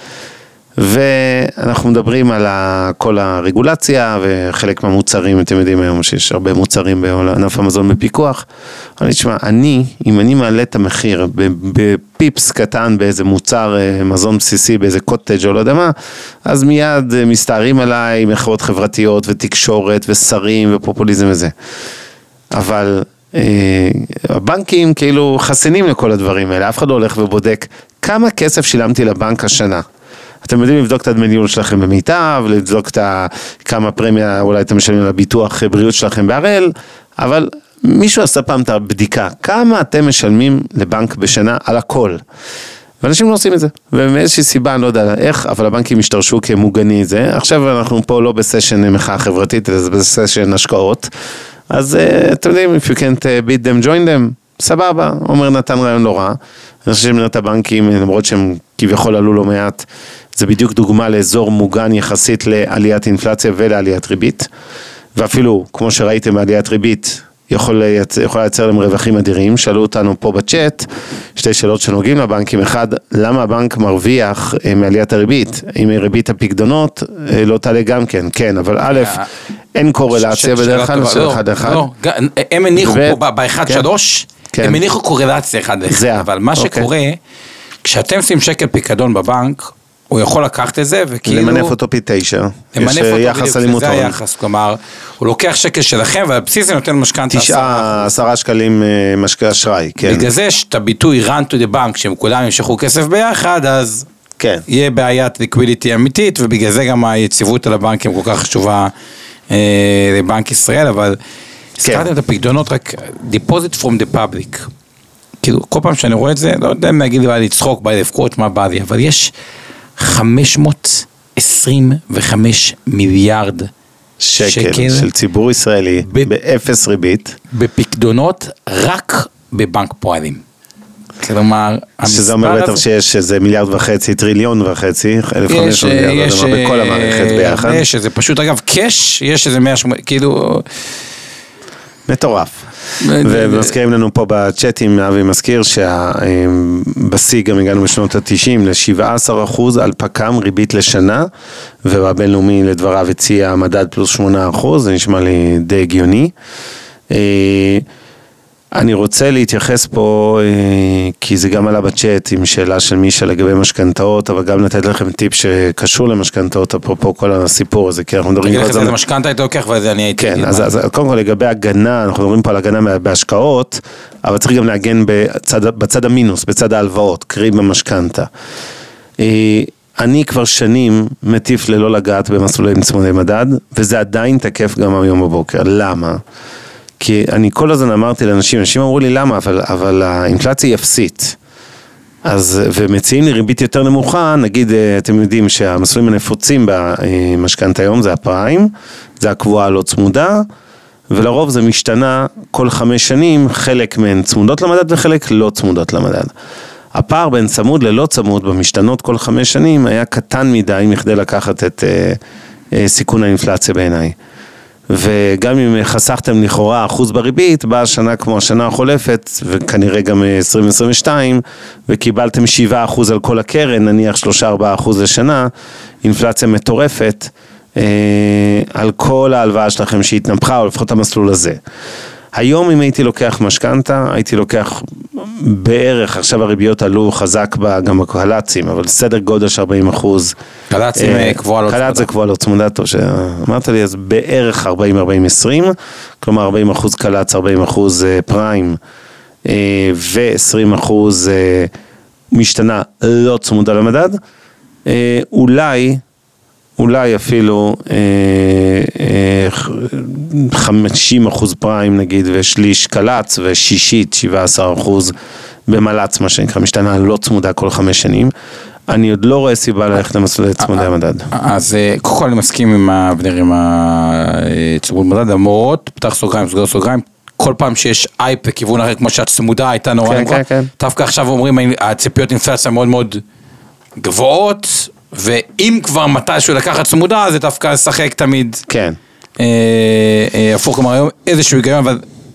Speaker 4: ואנחנו מדברים על כל הרגולציה וחלק מהמוצרים, אתם יודעים היום שיש הרבה מוצרים בענף המזון בפיקוח. אני תשמע, אם אני מעלה את המחיר בפיפס קטן באיזה מוצר מזון בסיסי, באיזה קוטג' או לא יודע מה, אז מיד מסתערים עליי מחברות חברתיות ותקשורת ושרים ופופוליזם וזה. אבל הבנקים כאילו חסנים לכל הדברים האלה, אף אחד לא הולך ובודק כמה כסף שילמתי לבנק השנה. אתם יודעים לבדוק את הדמי ניהול שלכם במיטב, לבדוק כמה פרמיה אולי אתם משלמים לביטוח בריאות שלכם בהראל, אבל מישהו עשה פעם את הבדיקה, כמה אתם משלמים לבנק בשנה על הכל. ואנשים לא עושים את זה, ומאיזושהי סיבה, אני לא יודע איך, אבל הבנקים השתרשו כמוגני זה. עכשיו אנחנו פה לא בסשן מחאה חברתית, אלא בסשן השקעות. אז אתם יודעים, if you can't beat them, join them, סבבה, אומר נתן רעיון לא רע. אני חושב שמנהלת הבנקים, למרות שהם כביכול עלו לא מעט, זה בדיוק דוגמה לאזור מוגן יחסית לעליית אינפלציה ולעליית ריבית. ואפילו, כמו שראיתם, עליית ריבית יכולה לייצר להם רווחים אדירים. שאלו אותנו פה בצ'אט, שתי שאלות שנוגעים לבנקים. אחד, למה הבנק מרוויח מעליית הריבית? אם ריבית הפקדונות לא תעלה גם כן. כן, אבל א', אין קורלציה בדרך כלל, של אחד אחד.
Speaker 3: הם הניחו פה ב-1-3, הם הניחו קורלציה אחד לאחד. אבל מה שקורה, כשאתם עושים שקל פיקדון בבנק, הוא יכול לקחת את זה, וכאילו...
Speaker 4: למנף אותו פי 9. יש יחס אלימות הון.
Speaker 3: זה היחס, כלומר, הוא לוקח שקל שלכם, ועל בסיס זה נותן משכנתא
Speaker 4: 10 שקלים משקע אשראי, כן.
Speaker 3: בגלל זה יש את הביטוי run to the bank, שהם כולם ימשכו כסף ביחד, אז יהיה בעיית ליקווידיטי אמיתית, ובגלל זה גם היציבות על הבנקים כל כך חשובה לבנק ישראל, אבל הזכרתם את הפקדונות, רק deposit from the public. כאילו, כל פעם שאני רואה את זה, לא יודע אם להגיד לי לצחוק, בא לבכות, מה בא לי, אבל יש 525 מיליארד שקל
Speaker 4: של ציבור ישראלי באפס ריבית
Speaker 3: בפקדונות רק בבנק פועלים. כלומר,
Speaker 4: שזה אומר בטח שיש איזה 1.5 מיליארד, 1.5 טריליון, 1,500 מיליארד, בכל המערכת ביחד.
Speaker 3: יש איזה פשוט, אגב, קש, יש איזה 180, כאילו...
Speaker 4: מטורף. ומזכירים לנו פה בצ'אטים, אבי מזכיר שבשיא גם הגענו בשנות ה-90 ל-17% על פקם ריבית לשנה, ובבינלאומי לדבריו הציע מדד פלוס 8%, זה נשמע לי די הגיוני. אני רוצה להתייחס פה, כי זה גם עלה בצ'אט עם שאלה של מישה לגבי משכנתאות, אבל גם לתת לכם טיפ שקשור למשכנתאות, אפרופו כל הסיפור הזה, כי אנחנו מדברים...
Speaker 3: תגיד לך איזה משכנתה היית לוקח וזה אני הייתי...
Speaker 4: כן, אז קודם כל לגבי הגנה, אנחנו מדברים פה על הגנה בהשקעות, אבל צריך גם להגן בצד המינוס, בצד ההלוואות, קרי במשכנתה. אני כבר שנים מטיף ללא לגעת במסלולים צמודי מדד, וזה עדיין תקף גם היום בבוקר. למה? כי אני כל הזמן אמרתי לאנשים, אנשים אמרו לי למה, אבל האינפלציה היא אפסית. אז, ומציעים לי ריבית יותר נמוכה, נגיד, אתם יודעים שהמסלולים הנפוצים במשכנתא היום זה הפריים, זה הקבועה לא צמודה, ולרוב זה משתנה כל 5 שנים, חלק מהן צמודות למדד וחלק לא צמודות למדד. הפער בין צמוד ללא צמוד במשתנות כל 5 שנים היה קטן מדי מכדי לקחת את סיכון האינפלציה בעיניי. וגם אם חסכתם לכאורה 1% בריבית, באה השנה כמו השנה החולפת, וכנראה גם 2022, וקיבלתם 7% על כל הקרן, נניח 3-4% לשנה, אינפלציה מטורפת, על כל ההלוואה שלכם שהתנפחה, או לפחות המסלול הזה. היום אם הייתי לוקח משכנתא, הייתי לוקח בערך, עכשיו הריביות עלו חזק גם בקהלצים, אבל סדר גודל של 40%.
Speaker 3: קהלצים קבועה לא צמודה.
Speaker 4: קהלצ זה קבועה לא צמודה, טוב שאמרת לי, אז בערך 40-40-20, כלומר 40% קהלצ, 40% פריים, ו-20% משתנה לא צמודה למדד, אולי אפילו 50% פריים נגיד ושליש קלץ ושישית 17% במלץ מה שנקרא משתנה לא צמודה כל 5 שנים. אני עוד לא רואה סיבה ללכת למסלולי צמודי המדד.
Speaker 3: אז קודם כל אני מסכים עם האבנר, עם הצמוד מדד, למרות, פתח סוגריים, סוגר סוגריים, כל פעם שיש אייפ בכיוון אחר, כמו שהצמודה הייתה נורא נורא, דווקא עכשיו אומרים, הציפיות אינפלציה מאוד מאוד גבוהות, ואם כבר מתישהו לקחת צמודה, זה דווקא לשחק תמיד.
Speaker 4: כן.
Speaker 3: הפוך, כלומר היום איזשהו היגיון, אבל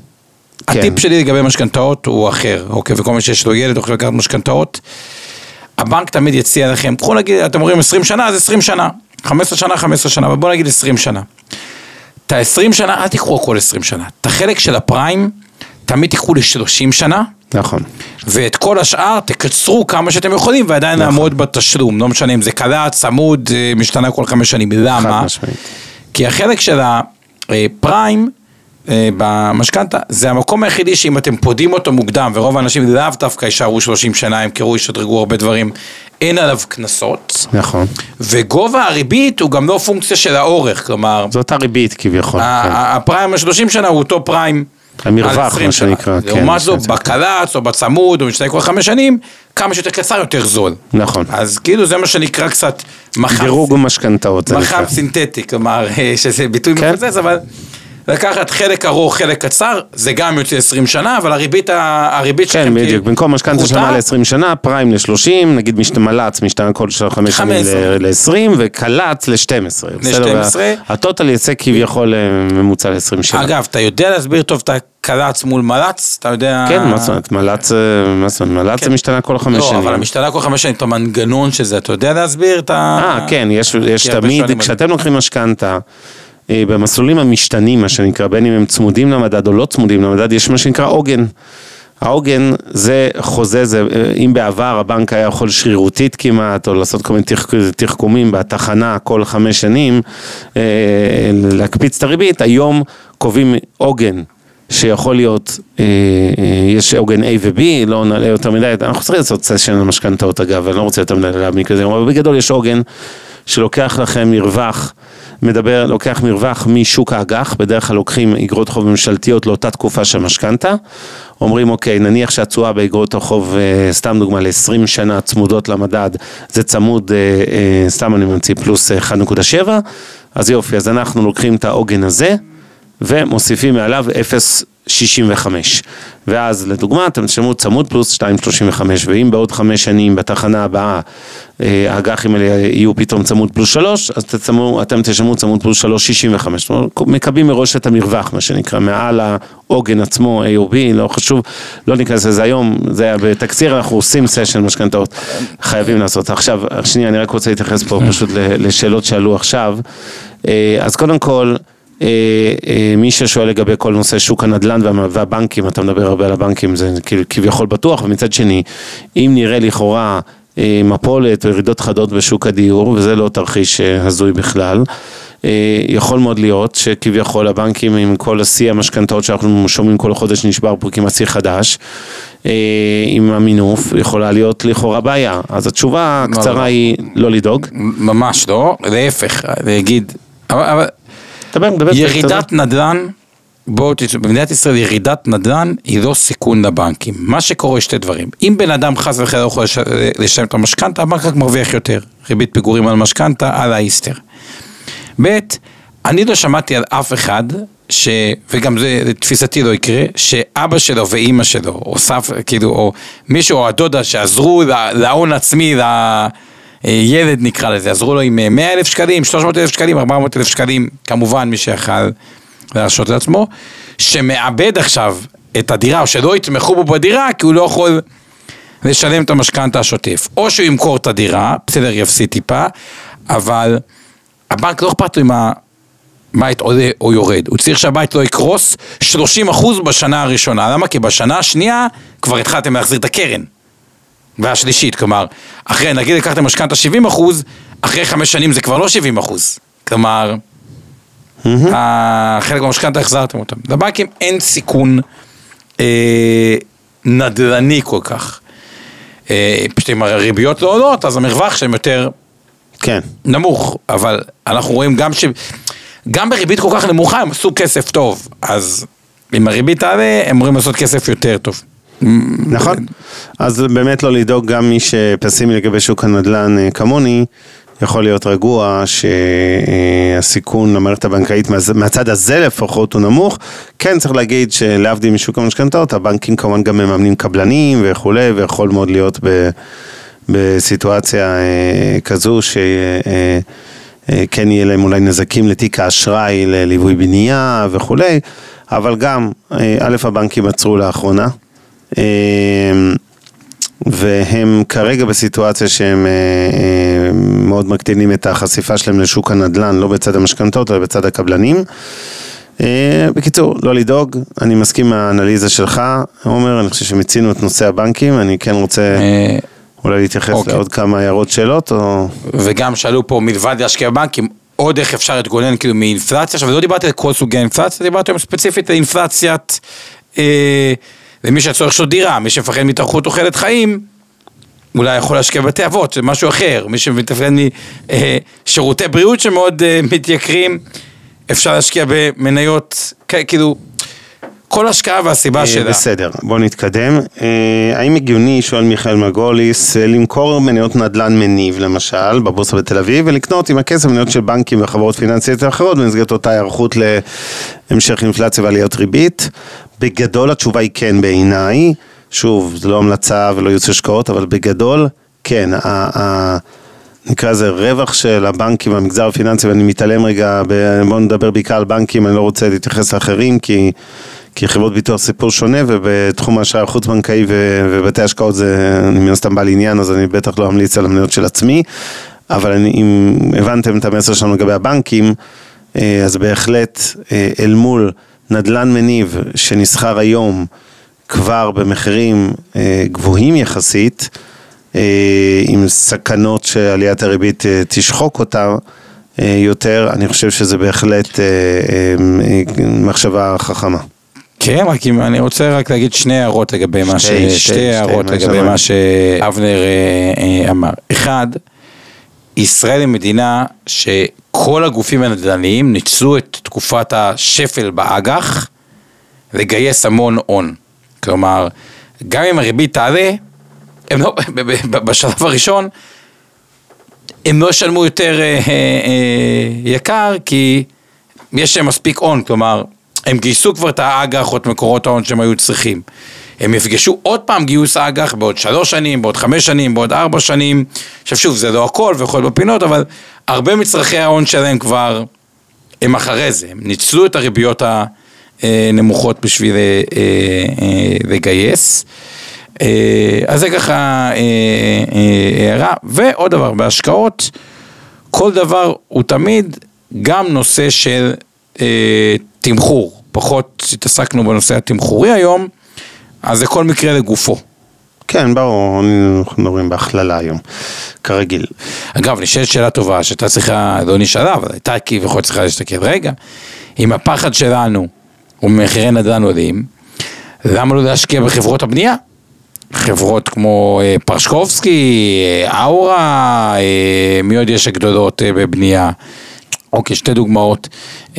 Speaker 3: הטיפ שלי לגבי משכנתאות הוא אחר, אוקיי, וכל מי שיש לו ילד, הולך לקחת משכנתאות, הבנק תמיד יציע לכם, קחו נגיד, אתם אומרים 20 שנה, אז 20 שנה, 15 שנה, 15 שנה, אבל בואו נגיד 20 שנה. את ה-20 שנה, אל תיקחו הכל 20 שנה. את החלק של הפריים, תמיד תיקחו ל-30 שנה.
Speaker 4: נכון.
Speaker 3: ואת כל השאר, תקצרו כמה שאתם יכולים, ועדיין לעמוד בתשלום. לא משנה אם זה קלה, צמוד, משתנה כל 5 שנים. למה? כי החלק של הפריים, במשכנתה, זה המקום היחידי שאם אתם פודים אותו מוקדם, ורוב האנשים לאו דווקא יישארו 30 שנה, הם קראו, ישדרגו הרבה דברים, אין עליו כנסות.
Speaker 4: נכון.
Speaker 3: וגובה הריבית הוא גם לא פונקציה של האורך, כלומר...
Speaker 4: זאת הריבית כביכול.
Speaker 3: הפריים ה-30 שנה הוא אותו פריים.
Speaker 4: המרווח, מה שנקרא.
Speaker 3: לעומת זאת, בקלץ או בצמוד, או משתנה כל 5 שנים, כמה שיותר קצר יותר זול.
Speaker 4: נכון.
Speaker 3: אז כאילו זה מה שנקרא קצת...
Speaker 4: דירוג ומשכנתאות.
Speaker 3: מחם סינתטי, כלומר, שזה ביטוי מפוצץ, אבל... לקחת חלק ארוך, חלק קצר, זה גם יוצא 20 שנה, אבל הריבית
Speaker 4: כן, בדיוק, במקום משכנתה שנה ל-20 שנה, פריים ל-30, נגיד מל"צ, משתנה כל של 5 שנים ל-20, וקל"צ ל-12. ל-12. הטוטל יצא כביכול ממוצע ל-20 שנה.
Speaker 3: אגב, אתה יודע להסביר טוב את הקל"צ מול מל"צ? אתה יודע...
Speaker 4: כן, מה זאת אומרת, מל"צ זה משתנה כל 5 שנים.
Speaker 3: לא, אבל המשתנה כל 5 שנים, את המנגנון שזה, אתה יודע להסביר את ה...
Speaker 4: כן, יש תמיד, כשאתם לוקחים משכנתה, במסלולים המשתנים, מה שנקרא, בין אם הם צמודים למדד או לא צמודים למדד, יש מה שנקרא עוגן. העוגן זה חוזה, זה, אם בעבר הבנק היה יכול שרירותית כמעט, או לעשות כל מיני תחכומים בתחנה כל 5 שנים, להקפיץ את הריבית, היום קובעים עוגן, שיכול להיות, יש עוגן A ו-B, לא נעלה יותר מדי, אנחנו צריכים לעשות סשן למשכנתאות אגב, אני לא רוצה יותר מדי להעמיק כזה, אבל בגדול יש עוגן, שלוקח לכם מרווח, לוקח מרווח משוק האג"ח, בדרך כלל לוקחים אגרות חוב ממשלתיות לאותה תקופה של משכנתה, אומרים אוקיי, נניח שהתשואה באגרות החוב, סתם דוגמה ל-20 שנה צמודות למדד, זה צמוד, סתם אני ממציא, פלוס 1.7, אז יופי, אז אנחנו לוקחים את העוגן הזה, ומוסיפים מעליו 0.65, ואז לדוגמה אתם תשלמו צמוד פלוס 2.35, ואם בעוד 5 שנים בתחנה הבאה האג"חים האלה יהיו פתאום צמוד פלוס 3, אז אתם תשלמו צמוד פלוס 3.65, זאת אומרת, מקבים מראש את המרווח, מה שנקרא, מעל העוגן עצמו, A או B, לא חשוב, לא ניכנס לזה היום, זה היה בתקציר, אנחנו עושים סשן משכנתאות, חייבים לעשות. עכשיו, שנייה, אני רק רוצה להתייחס פה פשוט לשאלות שעלו עכשיו, אז קודם כל, מי ששואל לגבי כל נושא שוק הנדל"ן והבנקים, אתה מדבר הרבה על הבנקים, זה כביכול בטוח, ומצד שני, אם נראה לכאורה מפולת וירידות חדות בשוק הדיור, וזה לא תרחיש הזוי בכלל, יכול מאוד להיות שכביכול הבנקים עם כל השיא המשכנתאות שאנחנו שומעים כל חודש נשבר פה כמעט שיא חדש, עם המינוף, יכולה להיות לכאורה בעיה. אז התשובה הקצרה היא לא לדאוג.
Speaker 3: ממש לא, להפך, להגיד, אבל ירידת נדל"ן, במדינת ישראל ירידת נדל"ן היא לא סיכון לבנקים. מה שקורה 2 דברים. אם בן אדם חס וחלילה לא יכול לשלם את המשכנתה, הבנק רק מרוויח יותר. ריבית פיגורים על משכנתה, על האיסטר. ב', אני לא שמעתי על אף אחד, וגם זה תפיסתי לא יקרה, שאבא שלו ואימא שלו, או מישהו או הדודה שעזרו להון עצמי, ילד נקרא לזה, עזרו לו עם 100,000 שקלים, 300,000 שקלים, 400,000 שקלים, כמובן מי שיכל להרשות לעצמו, שמאבד עכשיו את הדירה, או שלא יתמכו בו בדירה, כי הוא לא יכול לשלם את המשכנתה השוטף. או שהוא ימכור את הדירה, בסדר יפסיד טיפה, אבל הבנק לא אכפת לו אם הבית עולה או יורד. הוא צריך שהבית לא יקרוס 30% בשנה הראשונה. למה? כי בשנה השנייה כבר התחלתם להחזיר את הקרן. והשלישית, כלומר, אחרי, נגיד לקחתם משכנתה 70%, אחרי 5 שנים זה כבר לא 70%. כלומר, חלק מהמשכנתה החזרתם אותם. לבנקים אין סיכון נדל"ני כל כך. פשוט אם הריביות לא עולות, אז המרווח שלהם יותר נמוך. אבל אנחנו רואים גם בריבית כל כך נמוכה, הם עשו כסף טוב. אז אם הריבית תעלה, הם אמורים לעשות כסף יותר טוב.
Speaker 4: נכון. אז באמת לא לדאוג, גם מי שפסימי לגבי שוק הנדל"ן כמוני, יכול להיות רגוע שהסיכון למערכת הבנקאית מהצד הזה לפחות הוא נמוך. כן, צריך להגיד שלהבדיל משוק המשכנתאות, הבנקים כמובן גם מממנים קבלנים וכו', ויכול מאוד להיות בסיטואציה כזו שכן יהיה להם אולי נזקים לתיק האשראי, לליווי בנייה וכו', אבל גם א' הבנקים עצרו לאחרונה, והם כרגע בסיטואציה שהם מאוד מקטינים את החשיפה שלהם לשוק הנדל"ן, לא בצד המשכנתאות, אלא בצד הקבלנים. בקיצור, לא לדאוג, אני מסכים מהאנליזה שלך, עומר, אני חושב שמצינו את נושא הבנקים, אני כן רוצה אולי להתייחס לעוד כמה הערות שאלות,
Speaker 3: וגם שאלו פה מלבד להשקיע בבנקים, עוד איך אפשר להתגונן כאילו מאינפלציה, עכשיו לא דיברתי על כל סוגי האינפלציה, דיברתי היום ספציפית על אינפלציית, ומי שצורך שוד דירה, מי שמפחד מתארכות תוחלת חיים, אולי יכול להשקיע בתי אבות, זה משהו אחר, מי שמפחד משירותי בריאות שמאוד מתייקרים, אפשר להשקיע במניות, כאילו, כל השקעה והסיבה שלה.
Speaker 4: בסדר, בוא נתקדם. האם הגיוני, שואל מיכאל מגוליס, למכור מניות נדל"ן מניב, למשל, בבורסה בתל אביב, ולקנות עם הכסף מניות של בנקים וחברות פיננסיות אחרות, במסגרת אותה הערכות להמשך אינפלציה ועליות ריבית? בגדול התשובה היא כן בעיניי, שוב, זה לא המלצה ולא ייעוץ השקעות, אבל בגדול, כן, נקרא זה רווח של הבנקים והמגזר הפיננסי, ואני מתעלם רגע, בואו נדבר בעיקר על בנקים, אני לא רוצה להתייחס לאחרים, כי חברות ביטוח סיפור שונה, ובתחום האשראי החוץ בנקאי ובתי השקעות זה, אני מן הסתם בעל עניין, אז אני בטח לא אמליץ על המניות של עצמי, אבל אם הבנתם את המסר שלנו לגבי הבנקים, אז בהחלט אל מול נדל"ן מניב שנסחר היום כבר במחירים גבוהים יחסית, עם סכנות שעליית הריבית תשחוק אותה יותר, אני חושב שזה בהחלט מחשבה חכמה.
Speaker 3: כן, רק אם אני רוצה רק להגיד שתי הערות לגבי מה שאבנר אמר. אחד, ישראל היא מדינה שכל הגופים הנדל"ניים ניצלו את תקופת השפל באג"ח לגייס המון הון. כלומר, גם אם הריבית תעלה, הם לא, בשלב הראשון, הם לא ישלמו יותר יקר, כי יש להם מספיק הון, כלומר, הם גייסו כבר את האג"ח או את מקורות ההון שהם היו צריכים. הם יפגשו עוד פעם גיוס האג"ח בעוד 3 שנים, בעוד 5 שנים, בעוד 4 שנים. עכשיו שוב, זה לא הכל ויכול בפינות, אבל הרבה מצרכי ההון שלהם כבר, הם אחרי זה. הם ניצלו את הריביות הנמוכות בשביל לגייס. אז זה ככה הערה. ועוד דבר, בהשקעות, כל דבר הוא תמיד גם נושא של תמחור. פחות התעסקנו בנושא התמחורי היום, אז זה כל מקרה לגופו.
Speaker 4: כן, ברור, אנחנו מדברים בהכללה היום, כרגיל.
Speaker 3: אגב, נשאלת שאלה טובה, שאתה צריכה, לא נשאלה, אבל הייתה כביכול צריכה להשתכר. רגע, אם הפחד שלנו הוא מחירי נדל"ן עולים, למה לא להשקיע בחברות הבנייה? חברות כמו פרשקובסקי, אורה, מי עוד יש הגדולות בבנייה? אוקיי, 2 דוגמאות.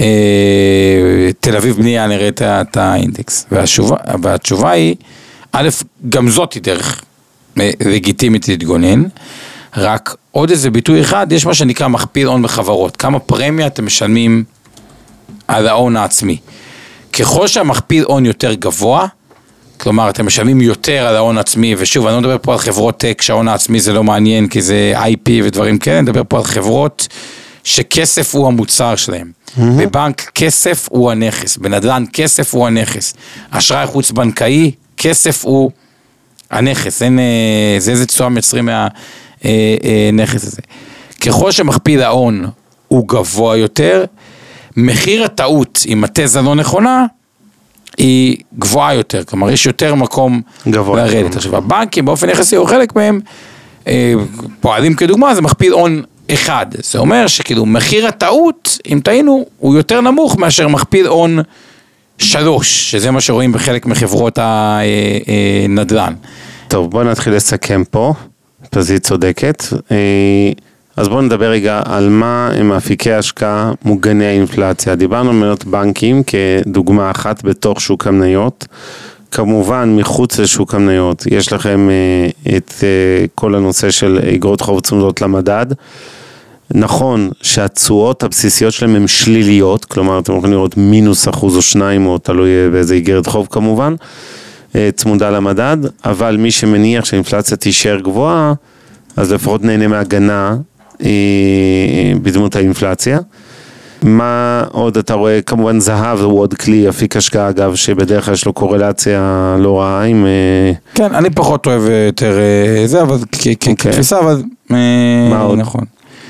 Speaker 3: תל אביב בנייה נראה את האינדקס. והתשובה היא, א', גם זאת היא דרך לגיטימית להתגונן, רק עוד איזה ביטוי אחד, יש מה שנקרא מכפיל הון בחברות. כמה פרמיה אתם משלמים על ההון העצמי. ככל שהמכפיל הון יותר גבוה, כלומר, אתם משלמים יותר על ההון העצמי, ושוב, אני לא מדבר פה על חברות טק, שההון העצמי זה לא מעניין, כי זה IP ודברים כאלה, אני מדבר פה על חברות שכסף הוא המוצר שלהם. בבנק כסף הוא הנכס, בנדל"ן כסף הוא הנכס, אשראי חוץ בנקאי, כסף הוא הנכס, זה איזה תשואה מייצרים מהנכס הזה. ככל שמכפיל ההון הוא גבוה יותר, מחיר הטעות, אם התזה לא נכונה, היא גבוהה יותר, כלומר יש יותר מקום לרדת. עכשיו הבנקים באופן יחסי, או חלק מהם, פועלים כדוגמה, זה מכפיל הון אחד, זה אומר שכאילו מחיר הטעות, אם טעינו, הוא יותר נמוך מאשר מכפיל הון 3, שזה מה שרואים בחלק מחברות הנדל"ן.
Speaker 4: טוב, בואו נתחיל לסכם פה, פזית צודקת. אז בואו נדבר רגע על מה הם אפיקי השקעה מוגני האינפלציה. דיברנו על מניות בנקים כדוגמה אחת בתוך שוק המניות, כמובן מחוץ לשוק המניות, יש לכם את כל הנושא של אגרות חוב צמודות למדד, נכון שהתשואות הבסיסיות שלהם הן שליליות, כלומר אתם יכולים לראות -1% או 2%, או תלוי באיזה איגרת חוב כמובן, צמודה למדד, אבל מי שמניח שהאינפלציה תישאר גבוהה, אז לפחות נהנה מהגנה בדמות האינפלציה. מה עוד אתה רואה? כמובן זהב הוא עוד כלי, אפיק השקעה אגב, שבדרך כלל יש לו קורלציה לא רעה עם...
Speaker 3: כן, אני פחות אוהב יותר זה, אבל כתפיסה, אבל...
Speaker 4: מה עוד?
Speaker 3: נכון.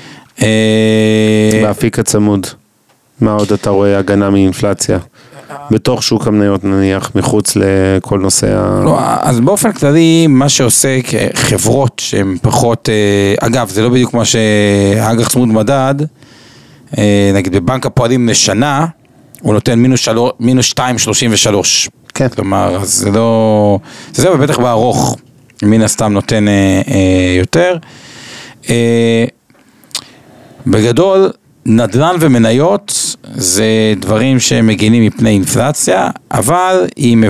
Speaker 4: באפיק הצמוד, מה עוד אתה רואה הגנה מאינפלציה? בתוך שוק המניות נניח, מחוץ לכל נושא
Speaker 3: לא, אז באופן כללי, מה שעושה חברות שהן פחות, אגב, זה לא בדיוק מה שהאג"ח צמוד מדד, נגיד בבנק הפועלים לשנה, הוא נותן מינוס 2.33.
Speaker 4: כן.
Speaker 3: כלומר, אז זה לא, זה בטח בארוך, מן הסתם נותן יותר. בגדול, נדל"ן ומניות זה דברים שמגינים מפני אינפלציה, אבל עם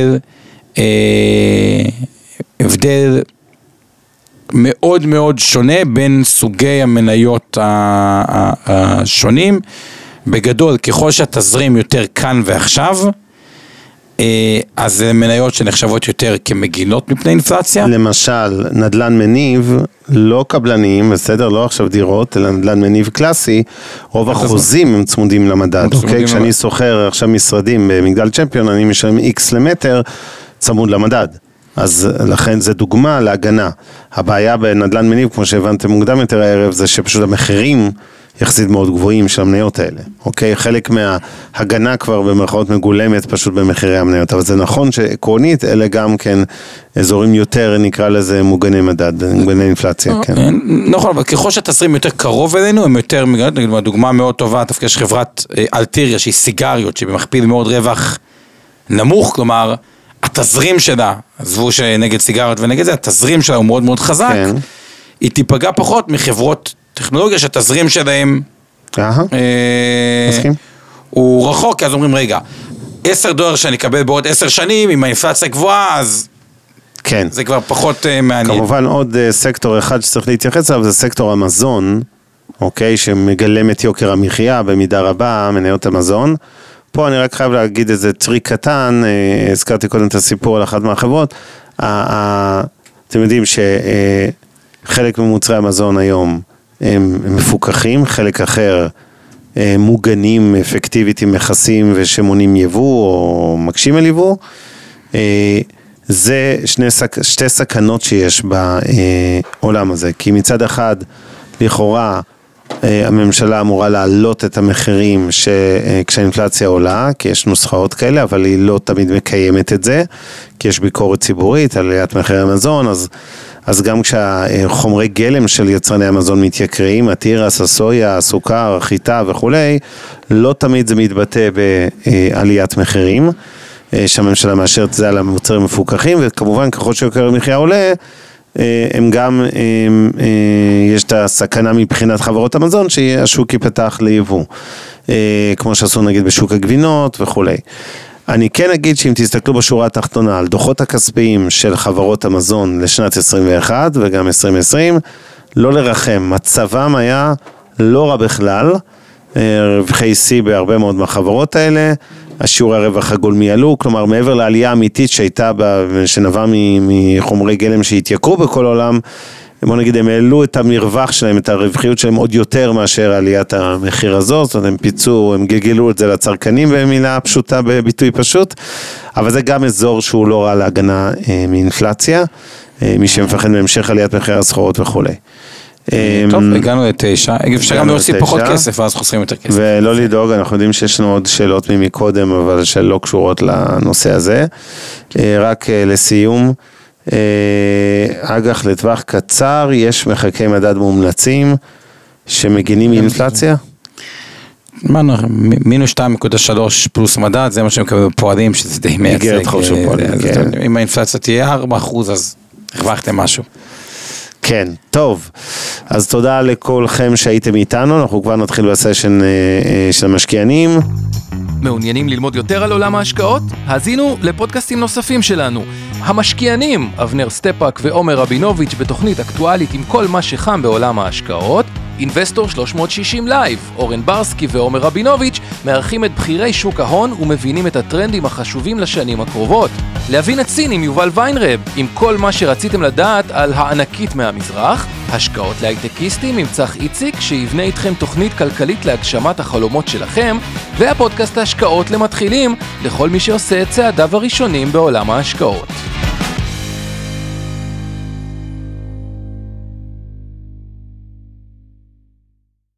Speaker 3: הבדל מאוד מאוד שונה בין סוגי המניות השונים. בגדול, ככל שהתזרים יותר כאן ועכשיו, אז זה מניות שנחשבות יותר כמגינות מפני אינפלציה.
Speaker 4: למשל, נדל"ן מניב, לא קבלניים, בסדר, לא עכשיו דירות, אלא נדל"ן מניב קלאסי, רוב החוזים הם צמודים למדד, אוקיי? כשאני סוחר עכשיו משרדים במגדל צ'מפיון, אני משלם X למטר, צמוד למדד. אז לכן זה דוגמה להגנה. הבעיה בנדל"ן מניב, כמו שהבנתם מוקדם יותר הערב, זה שפשוט המחירים יחסית מאוד גבוהים של המניות האלה. אוקיי? חלק מההגנה כבר במרכאות מגולמת פשוט במחירי המניות, אבל זה נכון שעקרונית אלה גם כן אזורים יותר, נקרא לזה מוגני מדד, מוגני אינפלציה, כן.
Speaker 3: נכון, אבל ככל שהתזרים יותר קרוב אלינו, הם יותר מגנות, נגיד, דוגמה מאוד טובה, דווקא יש חברת אלטיריה, שהיא סיגריות, שהיא במכפיל מאוד רווח נמוך, כלומר, התזרים שלה, עזבו שנגד סיגריות ונגד זה, התזרים שלה הוא מאוד מאוד חזק,
Speaker 4: כן.
Speaker 3: היא תיפגע פחות מחברות טכנולוגיה, שהתזרים שלהם הוא רחוק, אז אומרים, רגע, $10 שאני אקבל בעוד 10 שנים, עם האינפלציה גבוהה, אז
Speaker 4: כן.
Speaker 3: זה כבר פחות מעניין.
Speaker 4: כמובן עוד סקטור אחד שצריך להתייחס אליו, זה סקטור המזון, אוקיי, שמגלם את יוקר המחיה במידה רבה, מניות המזון. פה אני רק חייב להגיד איזה טריק קטן, הזכרתי קודם את הסיפור על אחת מהחברות, אתם יודעים שחלק ממוצרי המזון היום הם מפוקחים, חלק אחר מוגנים אפקטיבית עם מכסים ושמונים יבוא או מקשים על יבוא, זה שתי סכנות שיש בעולם הזה, כי מצד אחד לכאורה הממשלה אמורה להעלות את המחירים כשהאינפלציה עולה, כי יש נוסחאות כאלה, אבל היא לא תמיד מקיימת את זה, כי יש ביקורת ציבורית על עליית מחירי המזון, אז גם כשהחומרי גלם של יצרני המזון מתייקרים, התירס, הסויה, הסוכר, החיטה וכולי, לא תמיד זה מתבטא בעליית מחירים, שהממשלה מאשרת זה על המוצרים מפוקחים, וכמובן ככל שיוקר המחיה עולה, הם גם, יש את הסכנה מבחינת חברות המזון, שהשוק ייפתח ליבוא, כמו שעשו נגיד בשוק הגבינות וכולי. אני כן אגיד שאם תסתכלו בשורה התחתונה על דוחות הכספיים של חברות המזון לשנת 21 וגם 2020, לא לרחם, מצבם היה לא רע בכלל, רווחי C בהרבה מאוד מהחברות האלה, השיעור הרווח הגולמי עלו, כלומר מעבר לעלייה האמיתית שהייתה, שנבעה מחומרי גלם שהתייקרו בכל העולם, בוא נגיד הם העלו את המרווח שלהם, את הרווחיות שלהם עוד יותר מאשר עליית המחיר הזאת, זאת אומרת הם פיצו, הם גלגלו את זה לצרכנים במילה פשוטה, בביטוי פשוט, אבל זה גם אזור שהוא לא רע להגנה מאינפלציה, מי שמפחד מהמשך עליית מחיר הסחורות וכולי.
Speaker 3: טוב, הגענו ל9, אפשר גם להוסיף פחות כסף, ואז חוסכים יותר כסף.
Speaker 4: ולא לדאוג, אנחנו יודעים שיש לנו עוד שאלות ממקודם, אבל שלא קשורות לנושא הזה. רק לסיום, אג"ח לטווח קצר, יש מחקי מדד מומלצים, שמגינים מאינפלציה?
Speaker 3: מינוס 2.3 פלוס מדד, זה מה שמקבל בפועלים, שזה די מייצג.
Speaker 4: אם
Speaker 3: האינפלציה תהיה 4%, אז הרווחתם משהו.
Speaker 4: כן, טוב. אז תודה לכולכם שהייתם איתנו, אנחנו כבר נתחיל בסשן של המשקיענים.
Speaker 1: מעוניינים ללמוד יותר על עולם ההשקעות? האזינו לפודקאסטים נוספים שלנו. המשקיענים, אבנר סטפאק ועומר רבינוביץ' בתוכנית אקטואלית עם כל מה שחם בעולם ההשקעות. אינבסטור 360 לייב, אורן ברסקי ועומר רבינוביץ' מארחים את בחירי שוק ההון ומבינים את הטרנדים החשובים לשנים הקרובות. להבין את סין עם יובל ויינרב, עם כל מה שרציתם לדעת על הענקית מהמזרח. השקעות להייטקיסטים עם צח איציק שיבנה איתכם תוכנית כלכלית להגשמת החלומות שלכם. והפודקאסט ההשקעות למתחילים לכל מי שעושה את צעדיו הראשונים בעולם ההשקעות.